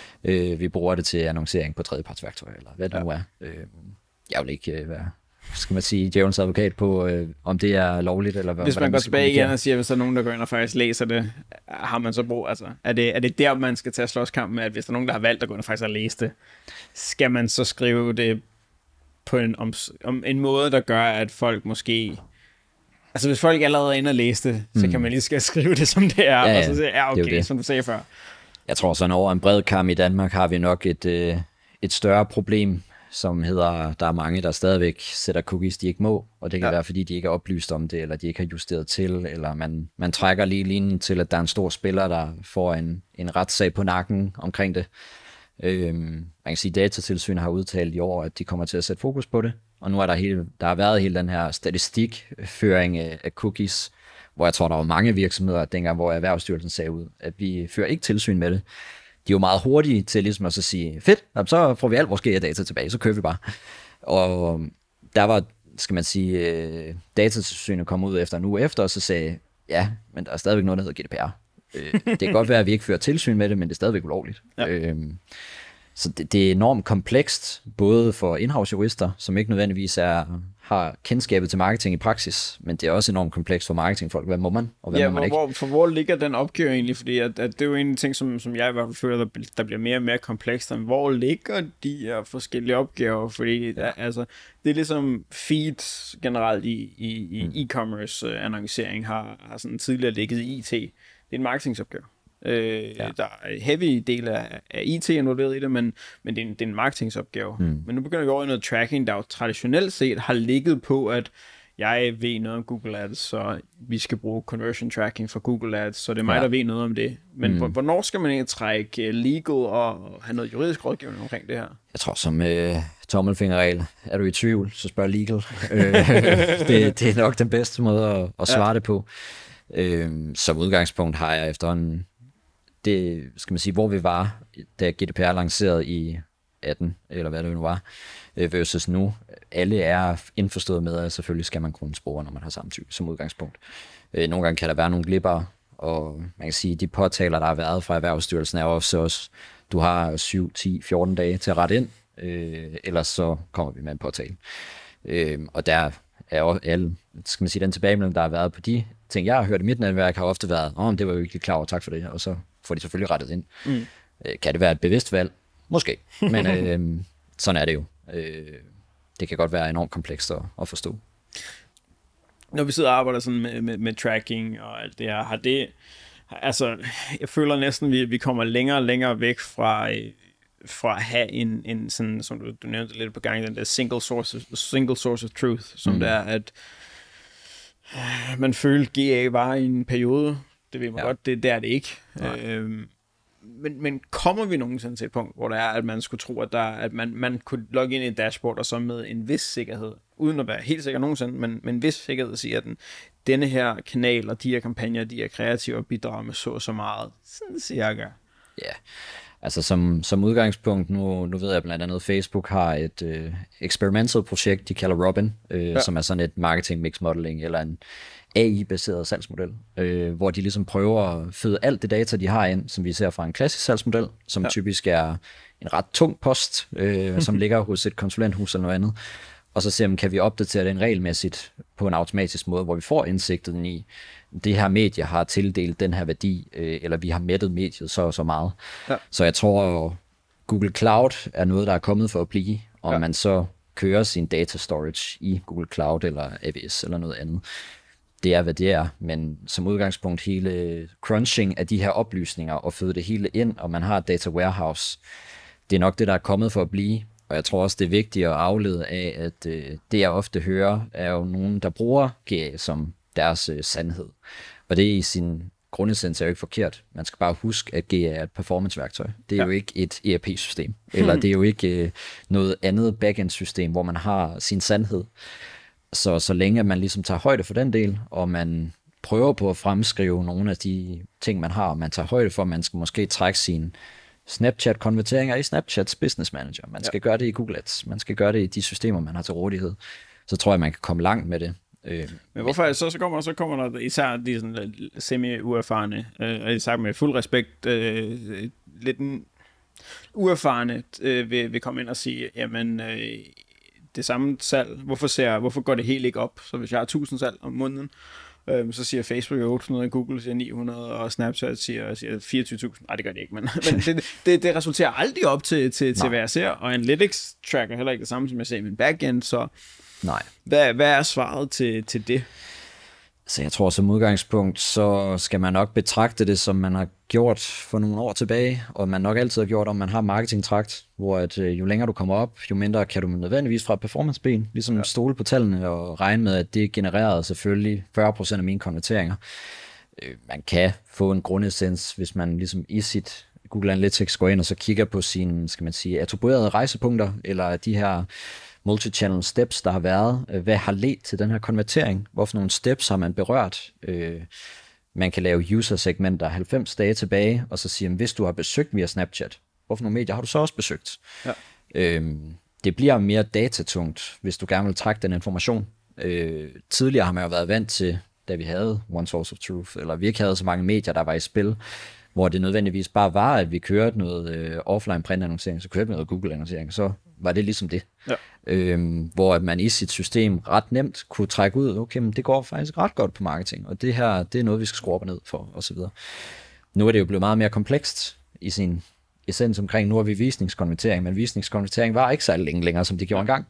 Vi bruger det til annoncering på tredjepartsværktøjer, eller hvad det nu er. Jeg vil ikke være, skal man sige, djævelens advokat på, om det er lovligt, eller hvad. Hvis man går tilbage igen og siger, hvis der er nogen, der går ind og faktisk læser det, har man så brug, altså, er det der, man skal tage slåskamp med, at hvis der er nogen, der har valgt at gå ind og faktisk læse det, skal man så skrive det på en måde, der gør, at folk måske... Altså hvis folk allerede er inde og læse det, så kan man lige skal skrive det, som det er, og så siger okay, det. Som du sagde før. Jeg tror sådan over en bred kam i Danmark har vi nok et større problem, som hedder, der er mange, der stadigvæk sætter cookies, de ikke må, og det kan være, fordi de ikke er oplyst om det, eller de ikke har justeret til, eller man trækker lige linjen til, at der er en stor spiller, der får en retssag på nakken omkring det. Man kan sige, at Datatilsynet har udtalt i år, at de kommer til at sætte fokus på det, og nu er der har været hele den her statistikføring af cookies, hvor jeg tror, der var mange virksomheder dengang, hvor Erhvervsstyrelsen sagde ud, at vi fører ikke tilsyn med det. De er jo meget hurtige til ligesom at så sige, fedt, så får vi alt vores GA-data tilbage, så kører vi bare. Og der var, skal man sige, Datatilsynet kom ud efter en uge efter, og så sagde, ja, men der er stadigvæk noget, der hedder GDPR. Det kan godt være, at vi ikke fører tilsyn med det, men det er stadigvæk ulovligt. Ja. Så det er enormt komplekst, både for indhavsjurister, som ikke nødvendigvis har kendskabet til marketing i praksis, men det er også enormt komplekst for marketingfolk. Hvad må man, og hvad må man ikke? Hvor ligger den opgave egentlig? Fordi at det er jo en ting, som jeg i hvert fald føler, der bliver mere og mere komplekst. Hvor ligger de her forskellige opgaver? Fordi altså, det er ligesom feed generelt i e-commerce annoncering har sådan tidligere ligget i IT. Det er en marketingsopgave. Der er heavy del af IT involveret i det, men det er en marketingsopgave. Men nu begynder vi over i noget tracking, der jo traditionelt set har ligget på, at jeg ved noget om Google Ads, så vi skal bruge conversion tracking for Google Ads, så det er mig, der ved noget om det. Men hvornår skal man ikke trække legal og have noget juridisk rådgivning omkring det her? Jeg tror som tommelfingerregel, er du i tvivl, så spørg legal. Det er nok den bedste måde at svare det på. Som udgangspunkt har jeg efterhånden det, skal man sige, hvor vi var, da GDPR lancerede i 18, eller hvad det nu var, versus nu. Alle er indforstået med, at selvfølgelig skal man kunne spore, når man har samtykke som udgangspunkt. Nogle gange kan der være nogle glipper, og man kan sige, de påtaler, der har været fra Erhvervsstyrelsen, er også, du har 7, 10, 14 dage til at rette ind, ellers så kommer vi med en påtale. Og der er jo alle, skal man sige, den tilbagemelding, der har været på de ting, jeg har hørt i mit netværk, har ofte været, det var jo ikke klar over, tak for det, og så får de selvfølgelig rettet ind. Kan det være et bevidst valg? Måske, men sådan er det jo. Det kan godt være enormt komplekst at forstå. Når vi sidder og arbejder sådan med tracking og alt det her, har det, altså, jeg føler næsten, vi kommer længere og længere væk fra at have en sådan, som du nævnte lidt på gang, den der single source of truth, som det er, at man følte GA var i en periode. Det ved man godt, det er det ikke. Men kommer vi nogensinde til et punkt, hvor der er, at man skulle tro, at man kunne logge ind i et dashboard, og så med en vis sikkerhed, uden at være helt sikker nogensinde, men en vis sikkerhed siger, at denne her kanal og de her kampagner, de her kreative bidrager med så meget. Sådan cirka. Ja, Altså som udgangspunkt, nu ved jeg blandt andet, Facebook har et experimental projekt, de kalder Robin, som er sådan et marketing mix modeling, eller en AI-baseret salgsmodel, hvor de ligesom prøver at føde alt det data, de har ind, som vi ser fra en klassisk salgsmodel, som typisk er en ret tung post, som ligger hos et konsulenthus eller noget andet, og så ser man, kan vi opdatere den regelmæssigt på en automatisk måde, hvor vi får indsigten i, det her medie har tildelt den her værdi, eller vi har mættet mediet så og så meget. Ja. Så jeg tror, Google Cloud er noget, der er kommet for at blive, om man så kører sin data storage i Google Cloud eller AWS eller noget andet. Det er, hvad det er, men som udgangspunkt hele crunching af de her oplysninger og føde det hele ind, og man har et data warehouse, det er nok det, der er kommet for at blive. Og jeg tror også, det er vigtigt at aflede af, at det jeg ofte hører, er jo nogen, der bruger GA som deres sandhed. Og det i sin grundessens er jo ikke forkert. Man skal bare huske, at GA er et performance-værktøj. Det er jo ikke et ERP-system, eller det er jo ikke noget andet backend-system, hvor man har sin sandhed. Så længe man ligesom tager højde for den del, og man prøver på at fremskrive nogle af de ting, man har, og man tager højde for, at man skal måske trække sine Snapchat-konverteringer i Snapchats Business Manager. Man skal gøre det i Google Ads. Man skal gøre det i de systemer, man har til rådighed. Så tror jeg, man kan komme langt med det. Men hvorfor så kommer der især de sådan semi-uerfarne, og især med fuld respekt, lidt uerfarne vil komme ind og sige, jamen det samme salg, hvorfor går det helt ikke op? Så hvis jeg har 1000 salg om måneden, så siger Facebook 800, Google siger 900, og Snapchat siger 24.000. Nej, det gør det ikke, men det resulterer aldrig op til hvad jeg ser, og Analytics tracker heller ikke det samme, som jeg ser i min backend, så nej. Hvad er svaret til det? Så jeg tror, som udgangspunkt, så skal man nok betragte det, som man har gjort for nogle år tilbage, og man nok altid har gjort, om man har marketingtrakt, hvor at, jo længere du kommer op, jo mindre kan du nødvendigvis fra performance-ben, ligesom stole på tallene og regne med, at det genererede selvfølgelig 40% af mine konverteringer. Man kan få en grundessens, hvis man ligesom i sit Google Analytics går ind og så kigger på sine, skal man sige, attribuerede rejsepunkter, eller de her multi-channel steps, der har været. Hvad har ledt til den her konvertering? Hvorfor nogle steps har man berørt? Man kan lave user-segmenter 90 dage tilbage, og så sige, hvis du har besøgt via Snapchat, hvorfor nogle medier har du så også besøgt? Ja. Det bliver mere datatungt, hvis du gerne vil trække den information. Tidligere har man jo været vant til, da vi havde One Source of Truth, eller vi ikke havde så mange medier, der var i spil, hvor det nødvendigvis bare var, at vi kørte noget offline printannoncering, så kørte vi noget Google-annoncering, så var det ligesom det. Ja. Hvor man i sit system ret nemt kunne trække ud, okay, men det går faktisk ret godt på marketing, og det her, det er noget, vi skal skrue op og ned for, og så videre. Nu er det jo blevet meget mere komplekst i sin essens omkring, nu har vi visningskonvertering, men visningskonvertering var ikke så længe længere, som det gjorde engang.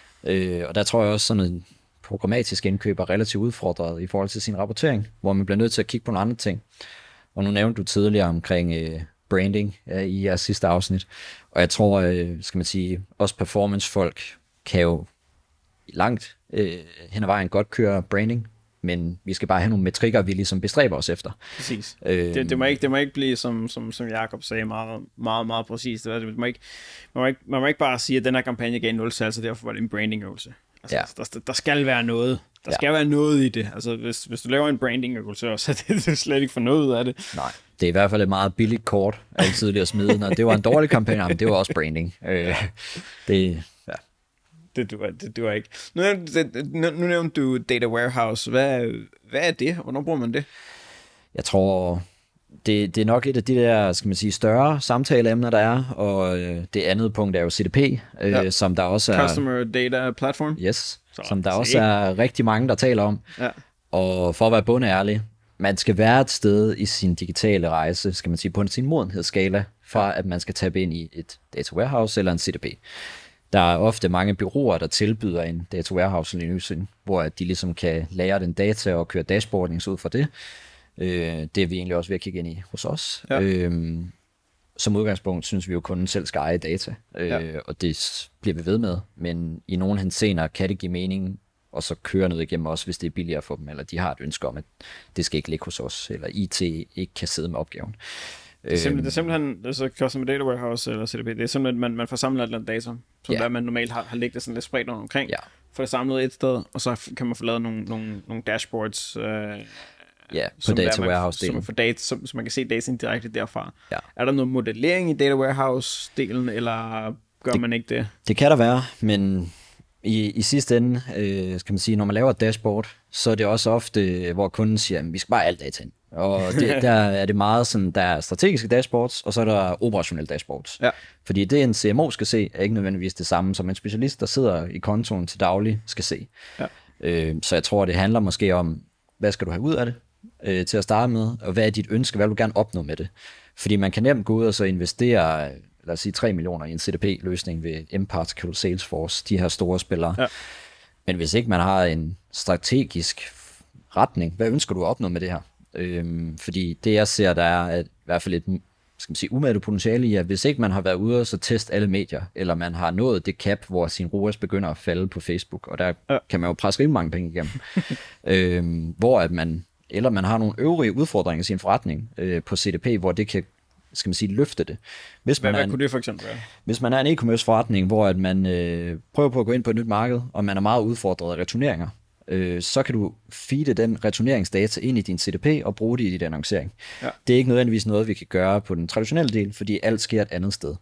Og der tror jeg også, sådan en programmatisk indkøb er relativt udfordret i forhold til sin rapportering, hvor man bliver nødt til at kigge på nogle andre ting. Og nu nævnte du tidligere omkring branding i jeres sidste afsnit, og jeg tror, skal man sige, også performancefolk kan jo langt hen ad vejen godt køre branding, men vi skal bare have nogle metrikker, vi ligesom bestræber os efter. Præcis. Det må ikke blive, som Jacob sagde, meget, meget, meget præcist. Man må ikke bare sige, at den her kampagne gav 0 salg, så derfor var det en brandingøvelse. Altså, der skal være noget. Der skal være noget i det. Altså, hvis du laver en brandingøvelse, så er det slet ikke for noget ud af det. Nej, det er i hvert fald et meget billigt kort, altid at smide. Når det var en dårlig kampagne, men det var også branding. Det duer ikke. Nu nævnte du Data Warehouse. Hvad er det? Hvornår bruger man det? Jeg tror, det er nok et af de der, skal man sige, større samtaleemner, der er, og det andet punkt er jo CDP, som der også er... Customer Data Platform. Yes, som der også er rigtig mange, der taler om. Ja. Og for at være bundærlig, man skal være et sted i sin digitale rejse, skal man sige, på sin modenhedsskala, fra at man skal tabe ind i et data warehouse eller en CDP. Der er ofte mange bureauer, der tilbyder en data warehouse-løsning, hvor de ligesom kan lagre den data og køre dashboardings ud fra det. Det er vi egentlig også ved at kigge ind i hos os. Ja. Som udgangspunkt synes vi jo, at kunden selv skal eje data, og det bliver vi ved med. Men i nogle henseender kan det give mening, og så køre noget igennem os, hvis det er billigere for dem, eller de har et ønske om, at det skal ikke ligge hos os, eller IT ikke kan sidde med opgaven. Det er simpelthen altså Customer Data Warehouse eller CDP, det er simpelthen, at man får samlet et eller andet data, som der man normalt har liggende sådan lidt spredt omkring, får det samlet et sted, og så kan man få lavet nogle dashboards Ja, på data warehouse-delen. Så man kan se dataen direkte derfra. Ja. Er der noget modellering i data warehouse-delen, eller gør man ikke det? Det kan der være, men i sidste ende, skal man sige, når man laver et dashboard, så er det også ofte, hvor kunden siger, at vi skal bare have alt data ind. Og der er det meget sådan, der er strategiske dashboards, og så er der operationelle dashboards. Ja. Fordi det, en CMO skal se, er ikke nødvendigvis det samme, som en specialist, der sidder i kontoen til daglig, skal se. Ja. Så jeg tror, det handler måske om, hvad skal du have ud af det til at starte med, og hvad er dit ønske, hvad vil du gerne opnå med det? Fordi man kan nemt gå ud og så investere, lad os sige 3 millioner i en CDP-løsning ved Mparticle, Salesforce, de her store spillere. Ja. Men hvis ikke man har en strategisk retning, hvad ønsker du at opnå med det her? Fordi det jeg ser, der er at i hvert fald et, skal man sige, umættet potentiale i, at hvis ikke man har været ude og så teste alle medier, eller man har nået det cap, hvor sin ROAS begynder at falde på Facebook, og der kan man jo presse rimelig mange penge igennem, hvor at man har nogle øvrige udfordringer i sin forretning på CDP, hvor det kan, skal man sige, løfte det. Hvad kunne det for eksempel være? Hvis man er en e-commerce forretning, hvor at man prøver på at gå ind på et nyt marked, og man er meget udfordret af returneringer, så kan du feede den returneringsdata ind i din CDP og bruge det i din annoncering. Ja. Det er ikke nødvendigvis noget, vi kan gøre på den traditionelle del, fordi alt sker et andet sted.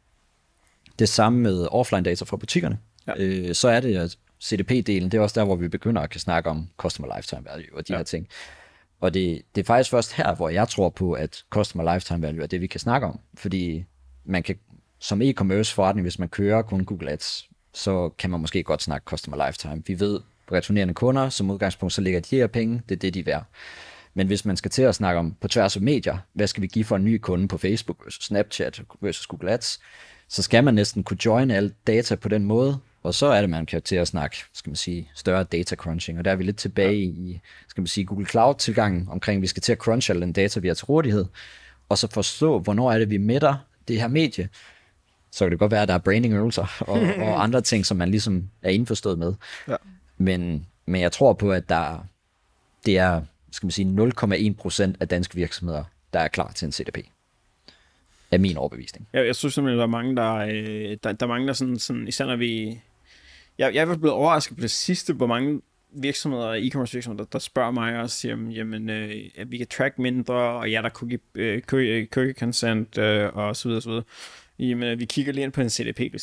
Det samme med offline data fra butikkerne. Ja. Så er det, at CDP-delen, det er også der, hvor vi begynder at kan snakke om customer lifetime value og de her ting. Og det er faktisk først her, hvor jeg tror på, at customer lifetime value er det, vi kan snakke om. Fordi man kan, som e-commerce forretning, hvis man kører kun Google Ads, så kan man måske godt snakke customer lifetime. Vi ved, returnerende kunder, som udgangspunkt, så ligger de her penge, det er det, de er værd. Men hvis man skal til at snakke om på tværs af medier, hvad skal vi give for en ny kunde på Facebook versus Snapchat versus Google Ads, så skal man næsten kunne join alt data på den måde, og så er det, man kan til at snakke, skal man sige, større data crunching, og der er vi lidt tilbage i, skal man sige, Google Cloud-tilgangen omkring, vi skal til at crunche al den data, vi har til rådighed, og så forstå, hvornår er det, vi mætter det her medie. Så kan det godt være, at der er branding-øvelser og andre ting, som man ligesom er indforstået med. Ja. Men jeg tror på, at det er, skal man sige, 0,1% af danske virksomheder, der er klar til en CDP. Er min overbevisning. Jeg synes simpelthen, der er mange, der mangler sådan, især når vi... Jeg er blevet overrasket på det sidste, hvor mange virksomheder, e-commerce virksomheder, der spørger mig og siger, jamen, at vi kan track mindre, og der kunne give cookie consent, og så videre, så videre. Jamen, vi kigger lige ind på en CDP,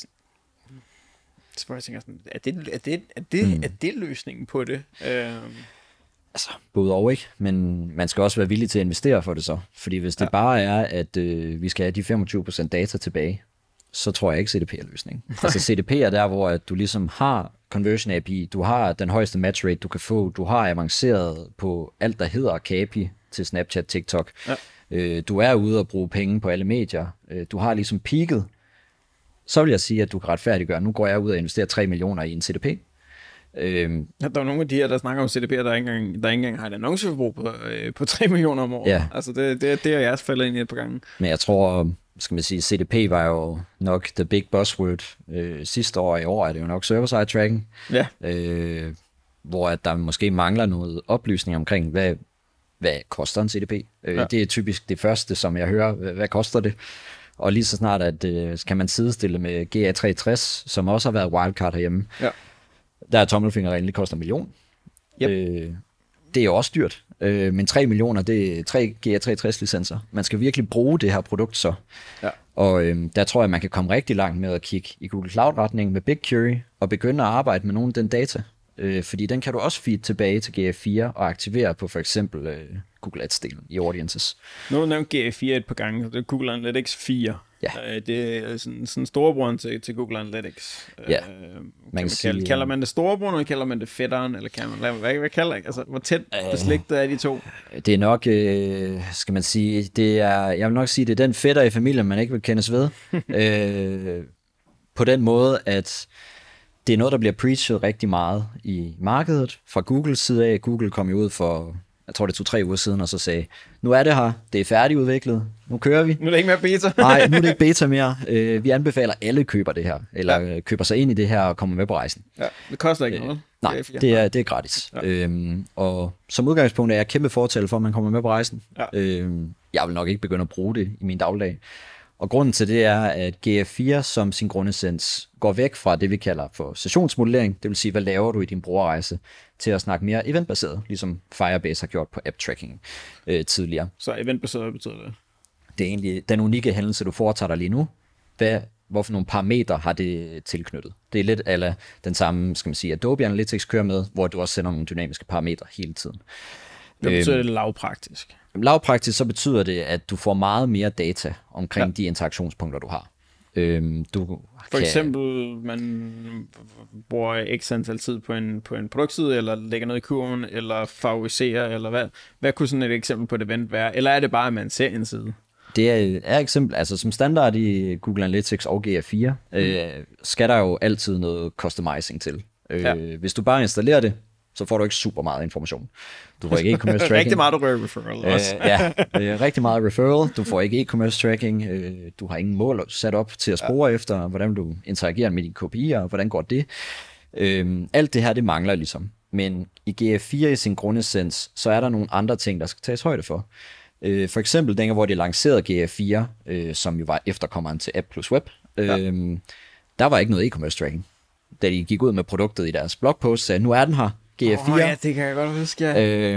så jeg tænker sådan, er det løsningen på det? Altså, både og ikke, men man skal også være villig til at investere for det så. Fordi hvis det bare er, at vi skal have de 25% data tilbage, så tror jeg ikke, CDP er løsningen. Altså CDP er der, hvor at du ligesom har conversion API, du har den højeste match rate, du kan få, du har avanceret på alt, der hedder KPI til Snapchat, TikTok. Ja. Du er ude og bruge penge på alle medier. Du har ligesom peaked. Så vil jeg sige, at du kan retfærdiggøre. Nu går jeg ud og investerer 3 millioner i en CDP. Der er nogle af de her, der snakker om CDP'er, der ikke engang har et annonceforbrug på 3 millioner om året. Ja. Altså det er jeg faldet ind i et par gange. Men jeg tror, skal man sige, CDP var jo nok the big buzzword sidste år. I år er det jo nok server-side tracking. Ja. Hvor at der måske mangler noget oplysning omkring, hvad koster en CDP. Ja. Det er typisk det første, som jeg hører. Hvad koster det? Og lige så snart, at kan man sidestille med GA360, som også har været wildcard herhjemme. Ja. Der er tommelfingerreglen, det koster 1 million. Yep. Det er jo også dyrt, men 3 millioner, det er 3 GA360-licenser. Man skal virkelig bruge det her produkt så. Ja. Og der tror jeg, man kan komme rigtig langt med at kigge i Google Cloud-retning med BigQuery og begynde at arbejde med nogle af den data. Fordi den kan du også feed tilbage til GA4 og aktivere på for eksempel Google Ads-delen i Audiences. Nu har du nævnt GA4 et par gange, det er Google Analytics 4. Ja. Det er sådan storebroren til Google Analytics. Ja. Kalder man det storebroren, eller kalder man det fætteren, eller kan man hvad kalder det? Altså, hvor tæt beslægtet er de to? Det er nok, skal man sige, jeg vil nok sige, det er den fætter i familien, man ikke vil kendes ved. På den måde, at det er noget, der bliver preachet rigtig meget i markedet. Fra Googles side af, Google kom jo ud for, jeg tror det tog 3 uger siden, og så sagde, nu er det her, det er færdigudviklet, nu kører vi. Nu er det ikke mere beta. Nej, nu er det ikke beta mere. Vi anbefaler, at alle køber det her, eller køber sig ind i det her og kommer med på rejsen. Ja, det koster ikke noget. Nej, det er gratis. Ja. Og som udgangspunkt er jeg kæmpe fortælle for, at man kommer med på rejsen. Ja. Jeg vil nok ikke begynde at bruge det i min dagligdag. Og grunden til det er, at GA4 som sin grundessens går væk fra det, vi kalder for sessionsmodellering, det vil sige, hvad laver du i din brugerrejse, til at snakke mere eventbaseret, ligesom Firebase har gjort på app-tracking tidligere. Så eventbaseret betyder det? Det er egentlig den unikke hændelse, du foretager dig lige nu. Hvorfor nogle parametre har det tilknyttet? Det er lidt ala den samme, skal man sige, Adobe Analytics kører med, hvor du også sender nogle dynamiske parametre hele tiden. Det betyder det lavpraktisk? Lavpraktisk så betyder det, at du får meget mere data omkring de interaktionspunkter, du har. For eksempel, man bruger x antal tid på en produktside, eller lægger noget i kurven, eller favoriserer, eller hvad kunne sådan et eksempel på et event være? Eller er det bare, at man ser en side? Det er eksempel, altså som standard i Google Analytics og GA4, skal der jo altid noget customizing til. Hvis du bare installerer det, så får du ikke super meget information. Du får ikke e-commerce tracking. Rigtig meget referral også. Rigtig meget referral. Du får ikke e-commerce tracking. Du har ingen mål sat op til at spore efter, hvordan du interagerer med dine KPI'er, og hvordan går det. Alt det her, det mangler ligesom. Men i GA4 i sin grundessens, så er der nogle andre ting, der skal tages højde for. For eksempel dengang, hvor de lancerede GA4, som jo var efterkommeren til App plus Web, der var ikke noget e-commerce tracking. Da de gik ud med produktet i deres blogpost, sagde, nu er den her, GA4. Ja, det kan jeg godt huske, ja.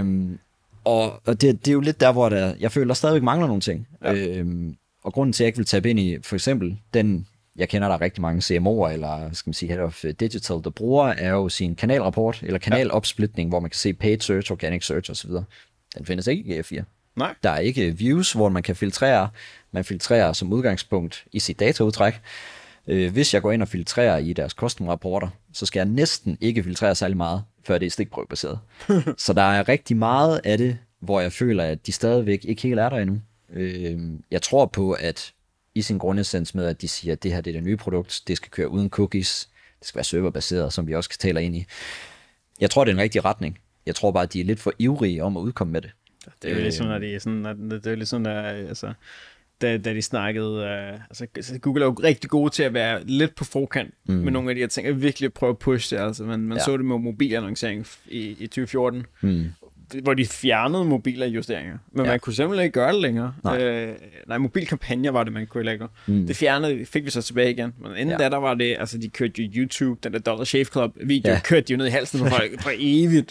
Og det er jo lidt der, hvor jeg føler, der stadigvæk mangler nogle ting. Ja. Og grunden til, at jeg ikke vil tabe ind i, for eksempel, jeg kender der rigtig mange CMO'er, eller skal man sige Head of Digital, der bruger, er jo sin kanalrapport, eller kanalopsplitning, hvor man kan se paid search, organic search osv. Den findes ikke i GA4. Nej. Der er ikke views, hvor man kan filtrere. Man filtrerer som udgangspunkt i sit dataudtræk. Hvis jeg går ind og filtrerer i deres custom-rapporter, så skal jeg næsten ikke filtrere særlig meget, før det er stikprøvebaseret. Så der er rigtig meget af det, hvor jeg føler, at de stadigvæk ikke helt er der endnu. Jeg tror på, at i sin grundessens med, at de siger, at det her det er det nye produkt, det skal køre uden cookies, det skal være serverbaseret, som vi også kan tale ind i. Jeg tror, det er en rigtig retning. Jeg tror bare, at de er lidt for ivrige om at udkomme med det. Det er jo ligesom, når de sådan, det er jo ligesom, altså, da de snakkede, altså Google er jo rigtig gode til at være lidt på forkant med nogle af de her ting, og virkelig prøve at pushe det, altså man så det med mobilannoncering i 2014, hvor de fjernede mobiljusteringer, men man kunne simpelthen ikke gøre det længere. Nej, mobilkampagner var det, man kunne lægge. Det fjernede, fik vi så tilbage igen, men inden da, der var det, altså de kørte jo YouTube, den der Dollar Shave Club video, kørte de jo ned i halsen på folk for evigt.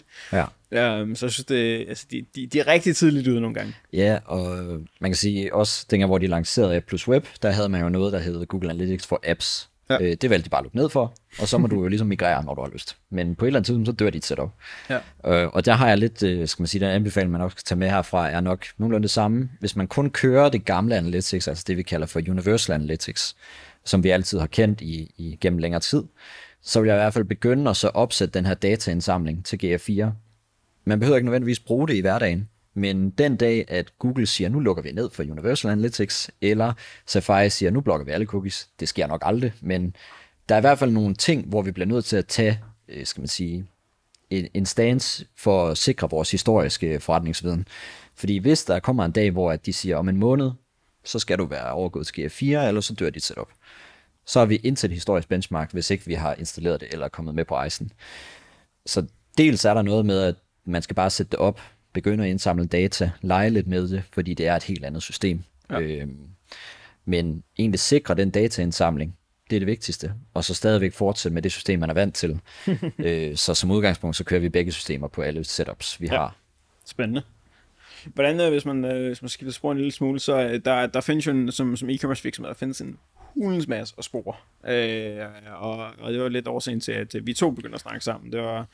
Så jeg synes, altså, de er rigtig tidligt ude nogle gange. Ja, og man kan sige også, dengang hvor de lancerede App plus Web, der havde man jo noget, der hed Google Analytics for Apps. Ja. Det valgte de bare at lukke ned for, og så må du jo ligesom migrere, når du har lyst. Men på et eller andet tidspunkt, så dør dit setup. Ja. Og der har jeg lidt, skal man sige, den anbefaling, man også skal tage med herfra, er nok nogenlunde det samme. Hvis man kun kører det gamle Analytics, altså det vi kalder for Universal Analytics, som vi altid har kendt gennem længere tid, så vil jeg i hvert fald begynde at så opsætte den her dataindsamling til GA4. Man behøver ikke nødvendigvis bruge det i hverdagen, men den dag, at Google siger, nu lukker vi ned for Universal Analytics, eller Safari siger, nu blokker vi alle cookies, det sker nok aldrig, men der er i hvert fald nogle ting, hvor vi bliver nødt til at tage, skal man sige, en stance for at sikre vores historiske forretningsviden. Fordi hvis der kommer en dag, hvor at de siger, om en måned, så skal du være overgået til GA4, eller så dør dit setup. Så er vi indsat historisk benchmark, hvis ikke vi har installeret det, eller kommet med på ejsen. Så dels er der noget med, at man skal bare sætte det op, begynde at indsamle data, lege lidt med det, fordi det er et helt andet system. Ja. Men egentlig sikre den dataindsamling, det er det vigtigste, og så stadigvæk fortsætte med det system, man er vant til. Så som udgangspunkt, så kører vi begge systemer på alle setups, vi har. Spændende. Hvordan, hvis man skifter spor en lille smule, så der findes jo som e-commerce virksomhed, der findes en hulens masse at spore. Og det var lidt årsagen til, at vi to begyndte at snakke sammen. Det var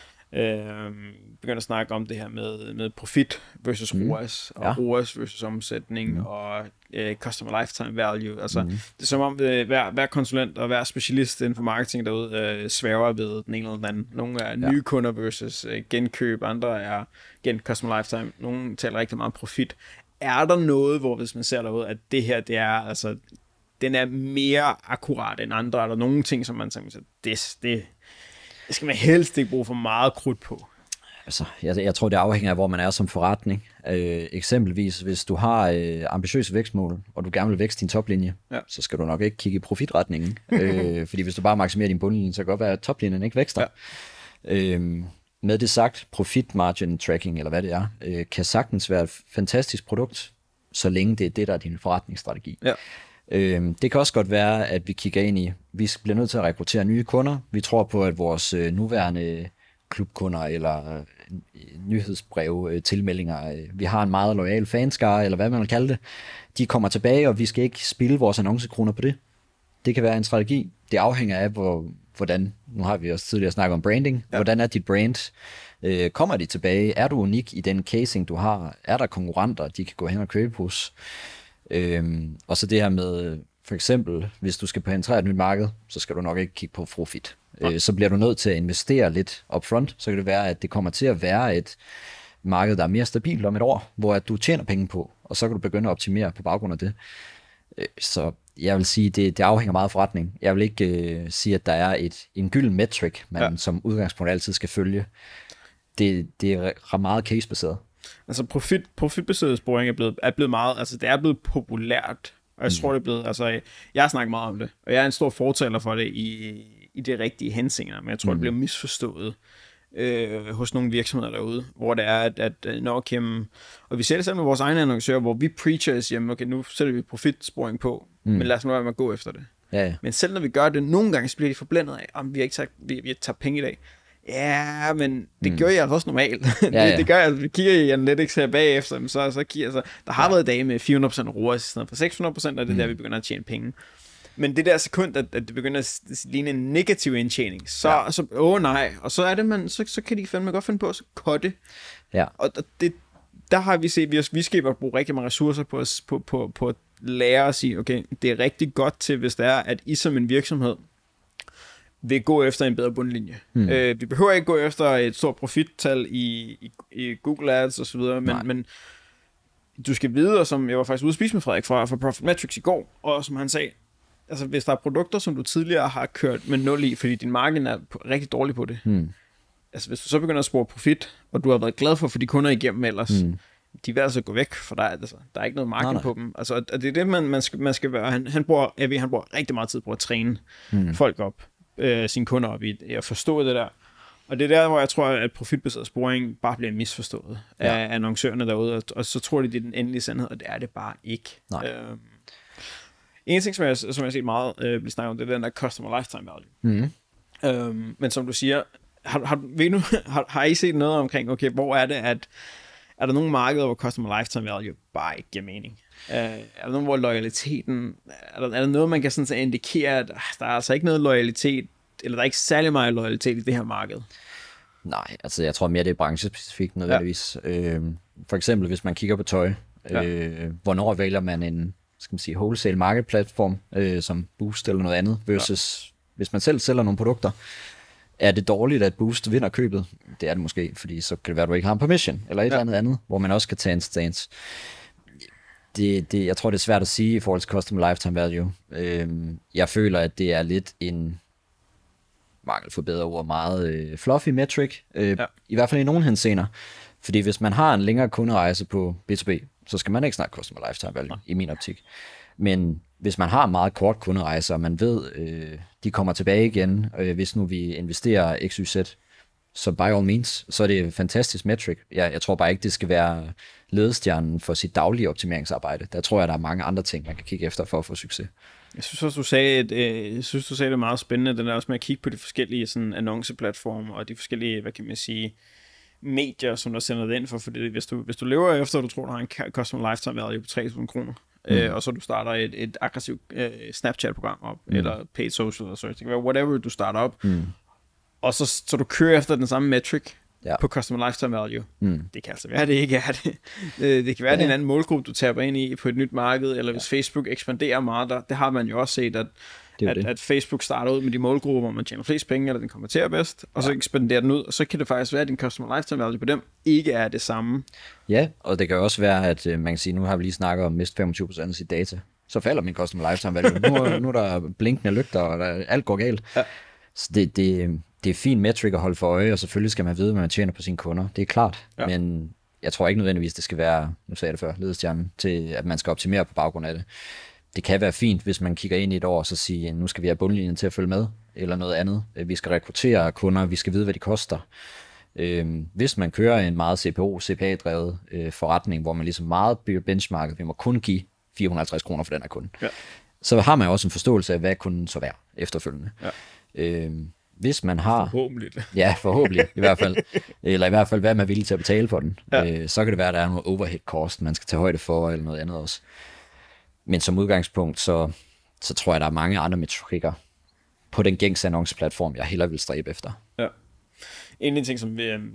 begyndte at snakke om det her med profit versus ROAS, og ROAS versus omsætning, og customer lifetime value. Altså, det er som om hver konsulent og hver specialist inden for marketing derude svæver ved den ene eller den anden. Nogle er nye kunder versus genkøb, andre er customer lifetime. Nogle taler rigtig meget om profit. Er der noget, hvor hvis man ser derude, at det her, det er altså, den er mere akkurat end andre? Er der nogle ting, som man tænker, det skal man helst ikke bruge for meget krudt på? Altså, jeg tror, det afhænger af, hvor man er som forretning. Eksempelvis, hvis du har ambitiøse vækstmål, og du gerne vil vækste din toplinje, så skal du nok ikke kigge i profitretningen. Fordi hvis du bare maksimerer din bundlinje, så kan det godt være, at toplinjen ikke vækster. Ja. Med det sagt, profit margin tracking, eller hvad det er, kan sagtens være et fantastisk produkt, så længe det er det, der er din forretningsstrategi. Ja. Det kan også godt være, at vi kigger ind i, vi bliver nødt til at rekruttere nye kunder. Vi tror på, at vores nuværende klubkunder eller nyhedsbrev, tilmeldinger, vi har en meget loyal fanskare, eller hvad man vil kalde det, de kommer tilbage, og vi skal ikke spilde vores annoncekroner på det. Det kan være en strategi. Det afhænger af, hvordan, nu har vi også tidligere snakket om branding, hvordan er dit brand? Kommer de tilbage? Er du unik i den casing, du har? Er der konkurrenter, de kan gå hen og købe hos? Og så det her med, for eksempel, hvis du skal penetrere et nyt marked, så skal du nok ikke kigge på profit. Så bliver du nødt til at investere lidt upfront, så kan det være, at det kommer til at være et marked, der er mere stabilt om et år, hvor at du tjener penge på, og så kan du begynde at optimere på baggrund af det. Så jeg vil sige, det afhænger meget af forretning. Jeg vil ikke sige, at der er en gylden metric, man som udgangspunkt altid skal følge. Det er meget case-baseret. Altså profitbaseret sporing er blevet meget, altså det er blevet populært, og jeg tror det er blevet, altså jeg har snakket meget om det, og jeg er en stor fortaler for det i det rigtige henseender, men jeg tror det bliver misforstået hos nogle virksomheder derude, hvor det er, at når og vi ser det selv med vores egne annoncører, hvor vi preacher og siger, okay, nu sætter vi profitsporing på, men lad os nu være med at gå efter det. Ja. Men selv når vi gør det, nogle gange så bliver de forblændet af, om vi har ikke sagt, vi tager penge i dag. Ja, men det gør jeg altså også normalt. Det gør jeg, vi kigger i Analytics her bagefter, så kigger så der har været dage med 400% ROAS i stedet for 600%, og det er der, vi begynder at tjene penge. Men det der sekund, at det begynder at ligne en negativ indtjening, så nej, og så er det, så kan de fandme godt finde på at cutte. Ja. Og det, der har vi set, vi skal bruge rigtig mange ressourcer på at lære at sige, okay, det er rigtig godt til, hvis det er, at I som en virksomhed vil gå efter en bedre bundlinje. Vi behøver ikke gå efter et stort profittal i Google Ads og så videre, men du skal vide, og som jeg var faktisk ude at spise med Frederik fra Profit Metrics i går, og som han sagde, altså hvis der er produkter, som du tidligere har kørt med 0 i, fordi din margin er rigtig dårlig på det, altså hvis du så begynder at spore profit, og du har været glad for de kunder igennem ellers, de vil altså gå væk, for der er ikke noget margin på dem. Altså, og det er det, man skal være. Han bruger rigtig meget tid på at træne folk op, sine kunder op i at forstå det der. Og det er der, hvor jeg tror, at profitbaseret sporing bare bliver misforstået af annoncørerne derude, og så tror de, det er den endelige sandhed, og det er det bare ikke. En ting, som jeg har set meget blive snakket om, det er den der customer lifetime value. Men som du siger, har I set noget omkring, okay, hvor er det, at er der nogle markeder, hvor customer lifetime value bare ikke giver mening? Er der nogen, hvor loyaliteten, er der noget, man kan sådan så indikere, at der er altså ikke noget loyalitet, eller der er ikke særlig meget loyalitet i det her marked? Nej, altså jeg tror mere, det er branchespecifikt nødvendigvis. For eksempel, hvis man kigger på tøj, hvornår vælger man en, skal man sige, wholesale marketplatform, som Boost eller noget andet, versus hvis man selv sælger nogle produkter. Er det dårligt, at Boost vinder købet? Det er det måske, fordi så kan det være, at du ikke har en permission, eller et eller andet, hvor man også kan tage en stance. Jeg tror, det er svært at sige i forhold til customer lifetime value. Jeg føler, at det er lidt en mangel for bedre ord, meget fluffy metric, i hvert fald i nogle henseender. Fordi hvis man har en længere kunderejse på B2B, så skal man ikke snakke customer lifetime value, i min optik. Men hvis man har en meget kort kunderejse, og man ved, de kommer tilbage igen, hvis nu vi investerer XYZ, så by all means, så er det en fantastisk metric. Jeg tror bare ikke, det skal være ledestjernen for sit daglige optimeringsarbejde. Der tror jeg, der er mange andre ting, man kan kigge efter for at få succes. Jeg synes også, du sagde det meget spændende, den der også med at kigge på de forskellige sådan, annonceplatforme, og de forskellige, hvad kan man sige, medier, som der sender det ind for. Fordi hvis du lever efter, du tror, du har en customer lifetime value på 3.000 kroner, og så du starter et aggressivt Snapchat-program op, eller paid social, så det kan være whatever, du starter op, og så du kører efter den samme metric på customer lifetime value. Det kan altså være, det ikke er det. Det kan være, det er en anden målgruppe, du taber ind i på et nyt marked, eller hvis Facebook ekspanderer meget, det har man jo også set, at Facebook starter ud med de målgrupper, hvor man tjener flest penge, eller den konverterer bedst, og så ekspanderer den ud, og så kan det faktisk være, at din customer lifetime value på dem ikke er det samme. Ja, og det kan også være, at man kan sige, nu har vi lige snakket om mist 25% af sit data, så falder min customer lifetime value. Nu er der blinkende lygter, og alt går galt. Så det er fin metric at holde for øje, og selvfølgelig skal man vide, hvad man tjener på sine kunder. Det er klart, men jeg tror ikke nødvendigvis, det skal være, nu sagde jeg det før, ledestjernen, til at man skal optimere på baggrund af det. Det kan være fint, hvis man kigger ind i et år, og så siger, nu skal vi have bundlinjen til at følge med, eller noget andet. Vi skal rekruttere kunder, vi skal vide, hvad de koster. Hvis man kører en meget CPA-drevet forretning, hvor man ligesom meget bygger benchmarket, vi må kun give 450 kroner for den her kunde. så har man jo også en forståelse af, hvad kunden så være efterfølgende. Ja. Hvis man har... Forhåbentlig. Ja, forhåbentlig i hvert fald. Eller i hvert fald, hvad man er villig til at betale for den. Ja. Så kan det være, at der er noget overhead cost, man skal tage højde for, eller noget andet også. Men som udgangspunkt, så tror jeg, der er mange andre metrikker på den gængse annonceplatform, jeg hellere vil stræbe efter. Ja. En af de ting,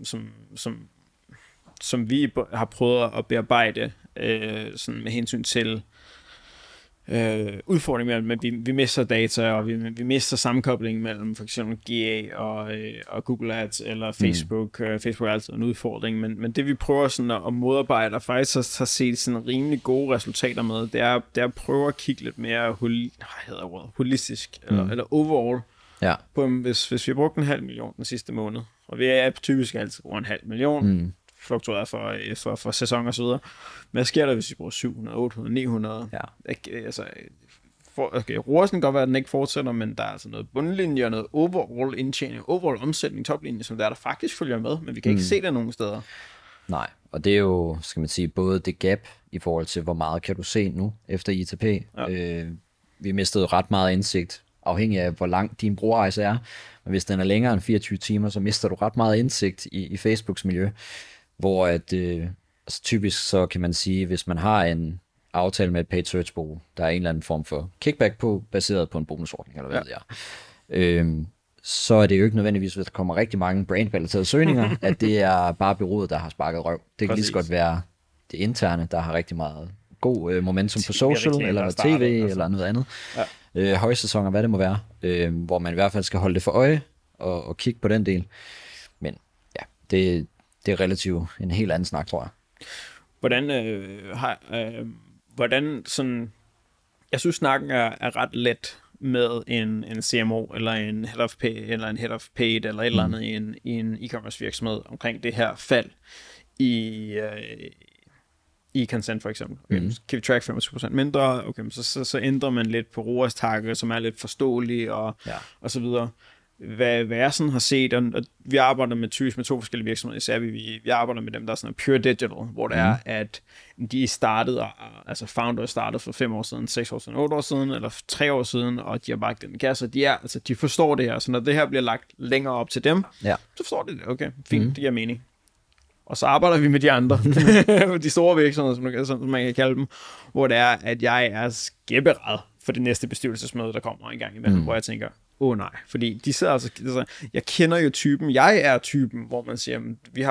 som vi har prøvet at bearbejde sådan med hensyn til udfordringen med, at vi mister data, og vi mister sammenkobling mellem for eksempel GA og Google Ads eller Facebook. Facebook er altid en udfordring, men det vi prøver sådan at modarbejde, og faktisk har set sådan rimelig gode resultater med, det er at prøve at kigge lidt mere holistisk, eller overall. Ja. På, hvis vi har brugt 500.000 den sidste måned, og vi er typisk altid bruger 500.000, fluktueret for sæson og så videre. Men hvad sker der, hvis vi bruger 700, 800, 900? Ja. Altså, rosen kan godt være, at den ikke fortsætter, men der er altså noget bundlinje og noget overall indtjening, overall omsætning, toplinje, som der faktisk følger med, men vi kan ikke se det nogen steder. Nej, og det er jo, skal man sige, både det gap i forhold til, hvor meget kan du se nu efter ITP. Ja. Vi mistede ret meget indsigt, afhængig af, hvor lang din brugerrejse er. Men hvis den er længere end 24 timer, så mister du ret meget indsigt i Facebooks miljø. Hvor at, altså typisk så kan man sige, hvis man har en aftale med et paid search bureau, der er en eller anden form for kickback på, baseret på en bonusordning, eller hvad det er, så er det jo ikke nødvendigvis, hvis der kommer rigtig mange brand-relaterede søgninger, at det er bare bureauet, der har sparket røv. Det kan lige så godt være det interne, der har rigtig meget god momentum på social, eller tv, eller noget andet. Ja. Højsæsoner, hvad det må være, hvor man i hvert fald skal holde det for øje, og kigge på den del. Men ja, det er relativt en helt anden snak, tror jeg. Hvordan sådan... Jeg synes, snakken er ret let med en CMO, eller en head of pay, eller en head of paid, eller et eller andet i en e-commerce virksomhed, omkring det her fald i consent for eksempel. Okay, kan vi track 25% mindre? Okay, så ændrer man lidt på ROAS-target, som er lidt forståelig, og så videre. Hvad jeg sådan har set, og vi arbejder med typisk med 2 forskellige virksomheder, især vi arbejder med dem, der er sådan pure digital, hvor det er, at de startede, altså founder startede for 5 år siden, 6 år siden, 8 år siden, eller 3 år siden, og de har bare den kasse, de forstår det her, så når det her bliver lagt længere op til dem, så forstår de det, okay, fint, det giver mening. Og så arbejder vi med de andre, de store virksomheder, som man kan kalde dem, hvor det er, at jeg er skæbberad for det næste bestyrelsesmøde, der kommer en gang imellem, hvor jeg tænker, nej, fordi de sidder altså, jeg kender jo typen, jeg er typen, hvor man siger,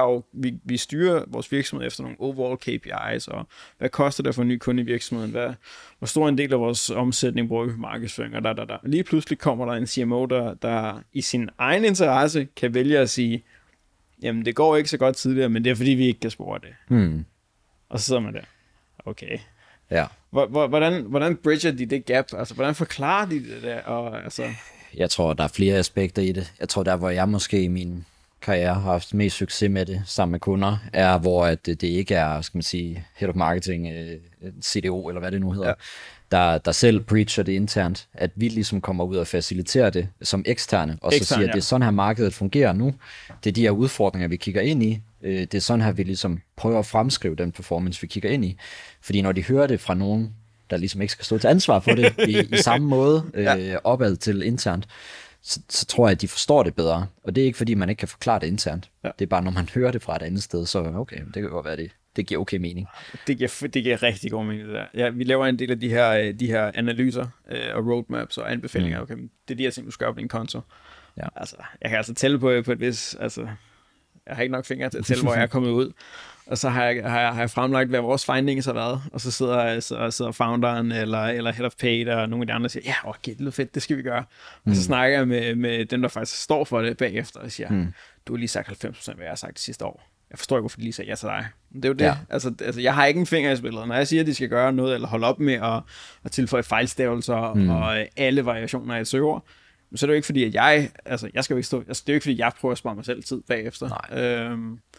vi styrer vores virksomhed efter nogle overall KPIs, og hvad koster det for en ny kunde i virksomheden, hvor stor en del af vores omsætning bruger vi på markedsføring, og lige pludselig kommer der en CMO, der i sin egen interesse kan vælge at sige, jamen det går ikke så godt tidligere, men det er fordi vi ikke kan spore det. Og så sidder man der, okay. Ja. Hvordan bridger de det gap? Altså, hvordan forklarer de det der? Og, altså... Jeg tror, der er flere aspekter i det. Jeg tror, der hvor jeg måske i min karriere har haft mest succes med det sammen med kunder, er hvor at det ikke er, skal man sige, head of marketing, CDO eller hvad det nu hedder, der selv preacher det internt, at vi ligesom kommer ud og faciliterer det som eksterne, og så siger, at det er sådan her markedet fungerer nu. Det er de her udfordringer, vi kigger ind i. Det er sådan her, vi ligesom prøver at fremskrive den performance, vi kigger ind i. Fordi når de hører det fra nogen, der ligesom ikke skal stå til ansvar for det i samme måde, opad til internt, så tror jeg, at de forstår det bedre. Og det er ikke, fordi man ikke kan forklare det internt. Ja. Det er bare, når man hører det fra et andet sted, så okay, det kan godt være det giver okay mening. Det giver rigtig god mening, det der. Ja, vi laver en del af de her analyser og roadmaps og anbefalinger. Okay, det er de her ting, du skal op i en konto. Ja. Altså, jeg kan altså tælle på et vis... Altså, jeg har ikke nok fingre til at tælle, hvor jeg er kommet ud. Og så har jeg fremlagt, hvad vores findings har været. Og så sidder founderen eller head of paid og nogle af de andre siger, ja, okay, det lyder fedt, det skal vi gøre. Og så snakker jeg med dem, der faktisk står for det bagefter, og siger, du har lige sagt 90%, hvad jeg har sagt det sidste år. Jeg forstår ikke, hvorfor de lige sagde ja til dig. Men det er jo det. Ja. Altså, jeg har ikke en finger i spillet. Når jeg siger, at de skal gøre noget, eller holde op med at tilføje fejlstavelser og alle variationer af et søgeord, så er det jo ikke fordi, at jeg skal jo ikke stå, altså det er jo ikke fordi, jeg prøver at spare mig selv tid bagefter.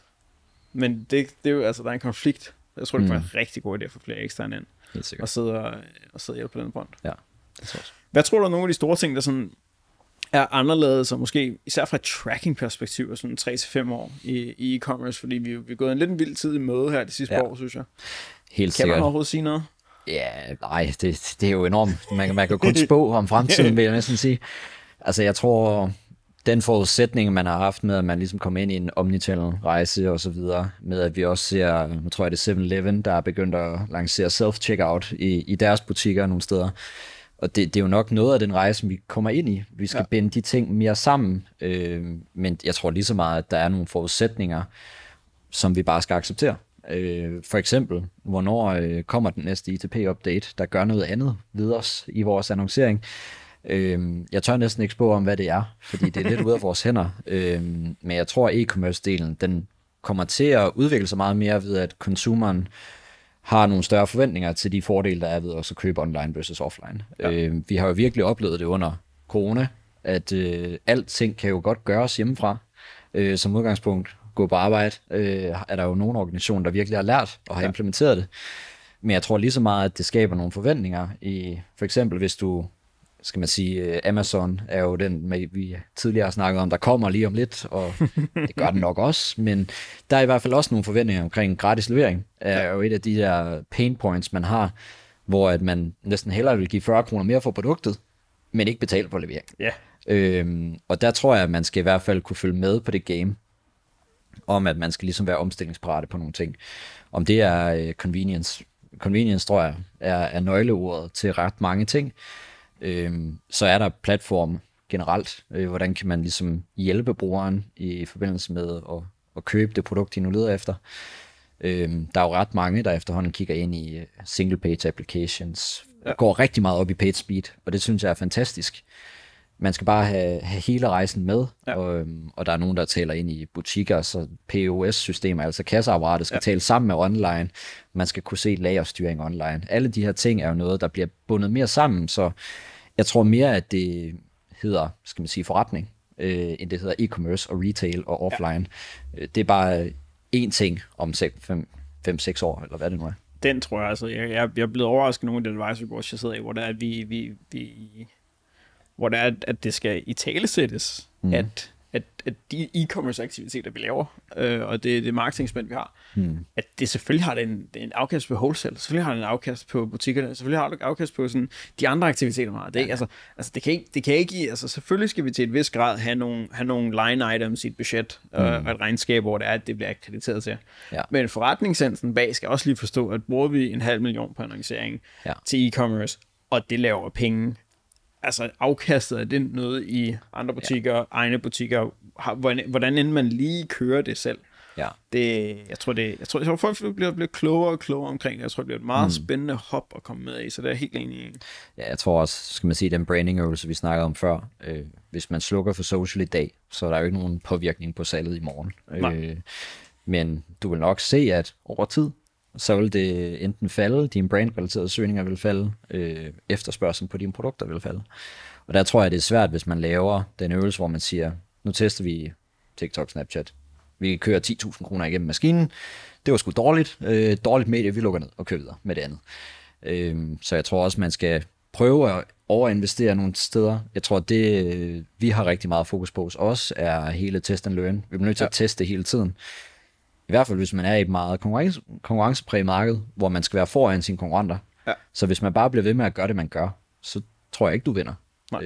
Men det er jo, altså der er en konflikt. Jeg tror, det er en rigtig god idé at få flere eksterne ind. Helt sikkert. Og sidde og hjælpe på den front. Ja, det tror jeg. Hvad tror du er nogle af de store ting, der sådan er anderledes, og måske især fra et tracking-perspektiv af sådan 3-5 år i e-commerce, fordi vi er gået en lidt vild tid i møde her de sidste år, synes jeg. Helt sikkert. Kan man overhovedet sige noget? Ja, nej, det er jo enormt. Man kan kun spå om fremtiden, vil jeg næsten sige. Altså, jeg tror, den forudsætning, man har haft med, at man ligesom kommer ind i en omnichannel-rejse og så videre, med at vi også ser, nu tror jeg det er 7-Eleven, der er begyndt at lancere self-checkout i deres butikker nogle steder. Og det er jo nok noget af den rejse, vi kommer ind i. Vi skal binde de ting mere sammen, men jeg tror lige så meget, at der er nogle forudsætninger, som vi bare skal acceptere. For eksempel, hvornår kommer den næste ITP-update, der gør noget andet ved os i vores annoncering. Jeg tør næsten ikke spå om, hvad det er, fordi det er lidt ude af vores hænder. Men jeg tror, at e-commerce-delen, den kommer til at udvikle sig meget mere ved, at consumeren har nogle større forventninger til de fordele, der er ved også at købe online versus offline. Ja. Vi har jo virkelig oplevet det under corona, at alting kan jo godt gøres hjemmefra. Som udgangspunkt, gå på arbejde, er der jo nogle organisationer, der virkelig har lært og har implementeret det. Men jeg tror lige så meget, at det skaber nogle forventninger i, for eksempel hvis du, skal man sige, Amazon er jo den, vi tidligere har snakket om, der kommer lige om lidt, og det gør den nok også, men der er i hvert fald også nogle forventninger omkring gratis levering, er jo et af de der pain points, man har, hvor at man næsten hellere vil give 40 kroner mere for produktet, men ikke betale for levering. Og der tror jeg, at man skal i hvert fald kunne følge med på det game, om at man skal ligesom være omstillingsparate på nogle ting. Om det er convenience. Convenience, tror jeg, er nøgleordet til ret mange ting. Så er der platform generelt. Hvordan kan man ligesom hjælpe brugeren i forbindelse med at købe det produkt, de nu leder efter. Der er jo ret mange, der efterhånden kigger ind i single page applications. Går rigtig meget op i page speed, og det synes jeg er fantastisk. Man skal bare have hele rejsen med, og der er nogen, der taler ind i butikker, så POS-systemer, altså kasseapparatet, skal tale sammen med online. Man skal kunne se lagerstyring online. Alle de her ting er jo noget, der bliver bundet mere sammen, så jeg tror mere, at det hedder, skal man sige, forretning, end det hedder e-commerce og retail og offline. Det er bare én ting om 5-6 år, eller hvad det nu er. Den tror jeg altså, jeg er blevet overrasket nogle af den advisory boards, jeg sidder i, hvor der er, at hvor der er, at det skal italesættes, at de e-commerce aktiviteter, vi laver, og det marketingspænd, vi har, at det selvfølgelig har en afkast på wholesale, selvfølgelig har det en afkast på butikkerne, selvfølgelig har det en afkast på sådan, de andre aktiviteter, man har. Det, altså, det kan ikke, altså selvfølgelig skal vi til et vis grad have nogle line items i et budget, og et regnskab, hvor det er, at det bliver akkrediteret til. Ja. Men forretningssensen bag skal også lige forstå, at bruger vi 500.000 på annoncering til e-commerce, og det laver penge. Altså afkastet af det noget i andre butikker, egne butikker, hvordan end man lige kører det selv. Ja. Jeg tror folk bliver klogere og klogere omkring det. Jeg tror, det bliver et meget spændende hop at komme med i, så det er helt enig i. Ja, jeg tror også, skal man sige, den branding-øvelse, vi snakkede om før, hvis man slukker for social i dag, så er der jo ikke nogen påvirkning på salget i morgen. Men du vil nok se, at over tid, så vil det enten falde, dine brandrelaterede søgninger vil falde, efterspørgselen på dine produkter vil falde. Og der tror jeg, det er svært, hvis man laver den øvelse, hvor man siger, nu tester vi TikTok, Snapchat. Vi kører 10.000 kroner igennem maskinen. Det var sgu dårligt medie, vi lukker ned og kører videre med det andet. Så jeg tror også, man skal prøve at overinvestere nogle steder. Jeg tror, det vi har rigtig meget fokus på hos os, er hele test and learn. Vi bliver nødt til at teste hele tiden. I hvert fald, hvis man er i et meget konkurrencepræget marked, hvor man skal være foran sine konkurrenter. Ja. Så hvis man bare bliver ved med at gøre det, man gør, så tror jeg ikke, du vinder.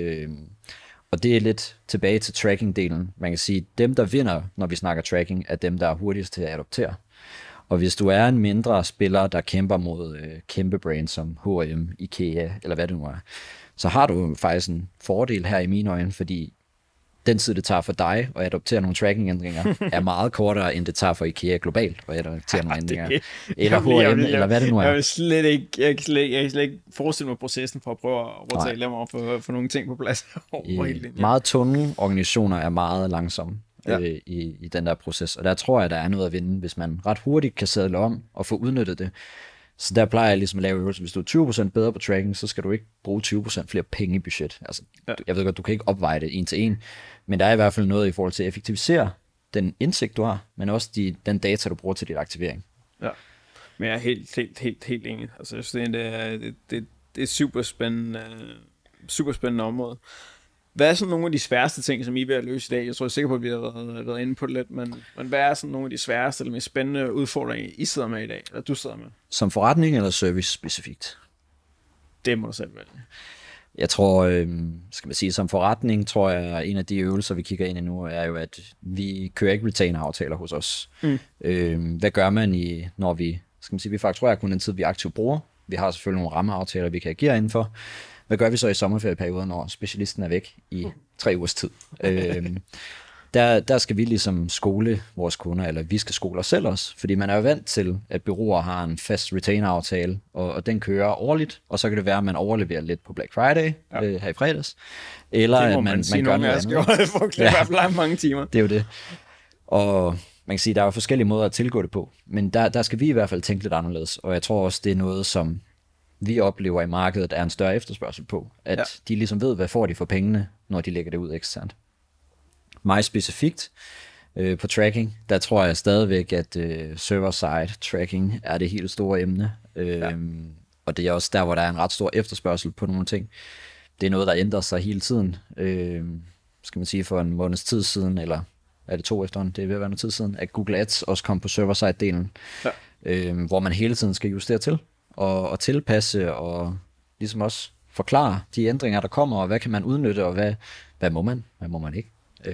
Og det er lidt tilbage til tracking-delen. Man kan sige, dem, der vinder, når vi snakker tracking, er dem, der er hurtigst til at adoptere. Og hvis du er en mindre spiller, der kæmper mod kæmpe brands som H&M, IKEA, eller hvad det nu er, så har du faktisk en fordel her i mine øjne, fordi den tid, det tager for dig at adoptere nogle tracking-ændringer, er meget kortere, end det tager for IKEA globalt at adoptere nogle ændringer. Eller H&M, eller hvad det nu er. Jeg kan slet ikke forestille mig processen for at prøve at overtale mig for nogle ting på plads. Meget tunge organisationer er meget langsomme i den der proces, og der tror jeg, der er noget at vinde, hvis man ret hurtigt kan sadle om og få udnyttet det. Så der plejer jeg ligesom at lave øvelser. Hvis du er 20% bedre på tracking, så skal du ikke bruge 20% flere penge i budget. Altså, jeg ved godt, du kan ikke opveje det en til en, men der er i hvert fald noget i forhold til at effektivisere den indsigt, du har, men også den data, du bruger til dit aktivering. Ja, men jeg er helt enig. Altså, jeg synes, det er super spændende område. Hvad er sådan nogle af de sværeste ting, som I vil løse i dag? Jeg tror, jeg er sikker på, at vi har været inde på det lidt, men hvad er sådan nogle af de sværeste eller mest spændende udfordringer, I sidder med i dag, eller du sidder med? Som forretning eller service specifikt? Det må du selv vælge. Jeg tror, skal man sige, som forretning, tror jeg, en af de øvelser, vi kigger ind i nu, er jo, at vi kører ikke retainer-aftaler hos os. Hvad gør man når vi, skal man sige, vi fakturerer kun den tid, vi aktivt bruger. Vi har selvfølgelig nogle rammeaftaler, vi kan agere indenfor. Hvad gør vi så i sommerferieperioden, når specialisten er væk i 3 ugers tid? Der skal vi ligesom skole vores kunder, eller vi skal skole os selv også, fordi man er jo vant til, at bureauer har en fast retainer-aftale, og den kører årligt, og så kan det være, at man overleverer lidt på Black Friday her i fredags, eller at man gør noget andet. For i hvert fald mange timer. Det er jo det. Og man kan sige, at der er jo forskellige måder at tilgå det på, men der skal vi i hvert fald tænke lidt anderledes, og jeg tror også, det er noget, som vi oplever i markedet, er en større efterspørgsel på, at de ligesom ved, hvad får de for pengene, når de lægger det ud eksternt. Meget specifikt på tracking, der tror jeg stadigvæk, at server-side tracking er det helt store emne. Og det er også der, hvor der er en ret stor efterspørgsel på nogle ting. Det er noget, der ændrer sig hele tiden. Skal man sige for en måneds tid siden, eller er det 2 efterhånden, det er ved at være noget tid siden, at Google Ads også kom på server-side-delen, hvor man hele tiden skal justere til, og tilpasse, og ligesom også forklare de ændringer, der kommer, og hvad kan man udnytte, og hvad må man, hvad må man ikke.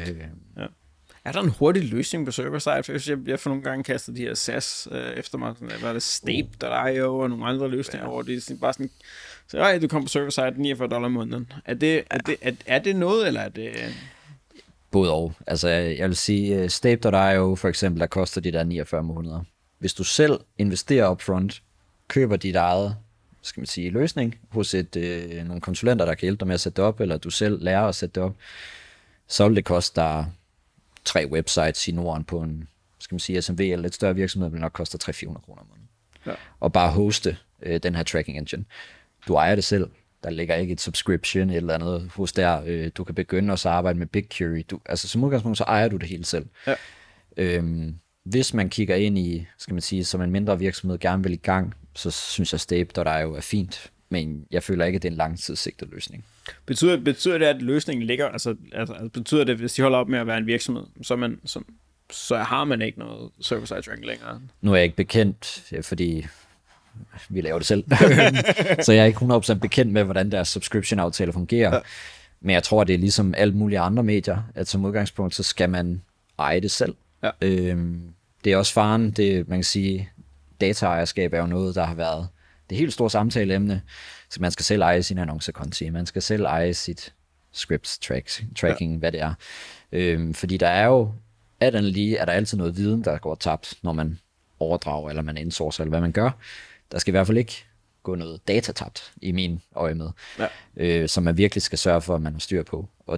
Er der en hurtig løsning på server-side? For jeg får nogle gange kastet de her SaaS efter mig. Hvad er det? Stape.io og nogle andre løsninger, hvor det er bare sådan, så du kommer på server-side $49 om måneden. Er det noget, eller er det... Både og. Altså, jeg vil sige, Stape.io for eksempel, der koster de der 49 måneder. Hvis du selv investerer upfront, køber dit eget, skal man sige, løsning hos nogle konsulenter, der kan hjælpe dig med at sætte det op, eller du selv lærer at sætte det op, så vil det koste dig 3 websites i Norden på en, skal man sige, SMV eller lidt større virksomhed, vil nok koste 300-400 kroner om måneden. Ja. Og bare hoste den her tracking engine. Du ejer det selv. Der ligger ikke et subscription eller andet hos der. Du kan begynde også at arbejde med BigQuery. Altså som udgangspunkt, så ejer du det hele selv. Ja. Hvis man kigger ind i, skal man sige, som en mindre virksomhed gerne vil i gang, så synes jeg Stape.io er fint. Men jeg føler ikke, at det er en langtidssigtet løsning. Betyder det, at løsningen ligger, altså betyder det, hvis de holder op med at være en virksomhed, så har man ikke noget server-side tracking længere? Nu er jeg ikke bekendt, fordi vi laver det selv, så jeg er ikke 100% bekendt med, hvordan deres subscription-aftaler fungerer. Ja. Men jeg tror, det er ligesom alle mulige andre medier, at som udgangspunkt, så skal man eje det selv. Ja. Det er også faren, man kan sige, dataejerskab er jo noget, der har været det helt store samtaleemne, så man skal selv eje sin annoncekonti, man skal selv eje sit scripts tracking, hvad det er. Fordi der er jo, er der altid noget viden, der går tabt, når man overdrager, eller man indsourcer, eller hvad man gør. Der skal i hvert fald ikke gå noget data tabt, i min øje med, som man virkelig skal sørge for, at man har styr på. Og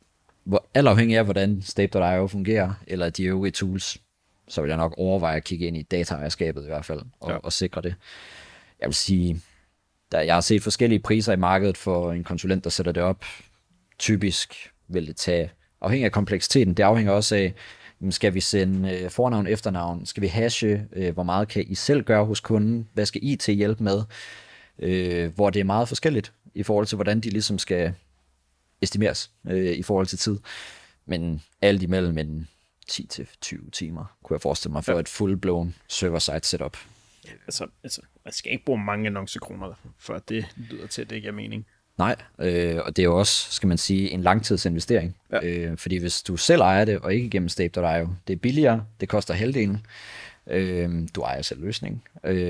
alt afhængig af, hvordan Stape.io fungerer, eller de øvrige tools, så vil jeg nok overveje at kigge ind i dataejerskabet i hvert fald, og sikre det. Jeg vil sige, jeg har set forskellige priser i markedet for en konsulent, der sætter det op. Typisk vil det tage, afhængig af kompleksiteten, det afhænger også af, skal vi sende fornavn, efternavn, skal vi hashe, hvor meget kan I selv gøre hos kunden, hvad skal IT hjælpe med, hvor det er meget forskelligt i forhold til, hvordan de ligesom skal estimeres i forhold til tid. Men alt imellem en 10-20 timer, kunne jeg forestille mig, for et full-blown server-side setup. Altså, man skal ikke bruge mange annoncekroner, for at det lyder til, at det ikke er mening. Nej, og det er jo også, skal man sige, en langtidsinvestering. Ja. Fordi hvis du selv ejer det, og ikke gennem Stape.io, det er billigere, det koster halvdelen, du ejer selv løsningen.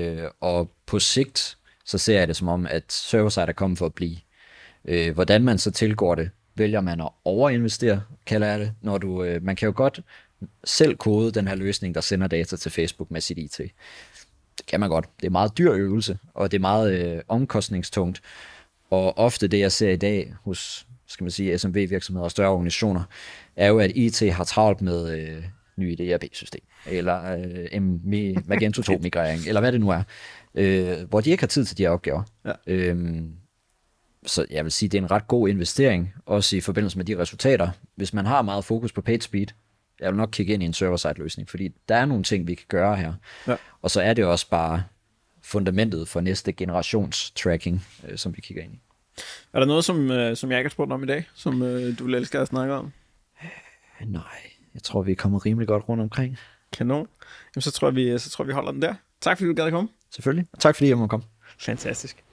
Og på sigt, så ser jeg det som om, at server-side er kommet for at blive. Hvordan man så tilgår det, vælger man at overinvestere, kalder jeg det, når man kan jo godt selv kode den her løsning, der sender data til Facebook med sit IT. Det kan man godt. Det er en meget dyr øvelse, og det er meget omkostningstungt. Og ofte det, jeg ser i dag hos, skal man sige, SMV-virksomheder og større organisationer, er jo, at IT har travlt med nye ERP-system, eller Magento 2-migrering, eller hvad det nu er, hvor de ikke har tid til de her opgaver. Ja. Så jeg vil sige, det er en ret god investering, også i forbindelse med de resultater. Hvis man har meget fokus på page speed, jeg vil nok kigge ind i en server-side løsning, fordi der er nogle ting, vi kan gøre her. Ja. Og så er det også bare fundamentet for næste generations tracking, som vi kigger ind i. Er der noget, som jeg ikke har spurgt om i dag, som du vil elske at snakke om? Nej, jeg tror, vi er kommet rimelig godt rundt omkring. Kanon. Jamen, så tror jeg, vi holder den der. Tak fordi du gad at komme. Selvfølgelig. Tak fordi jeg måtte komme. Fantastisk.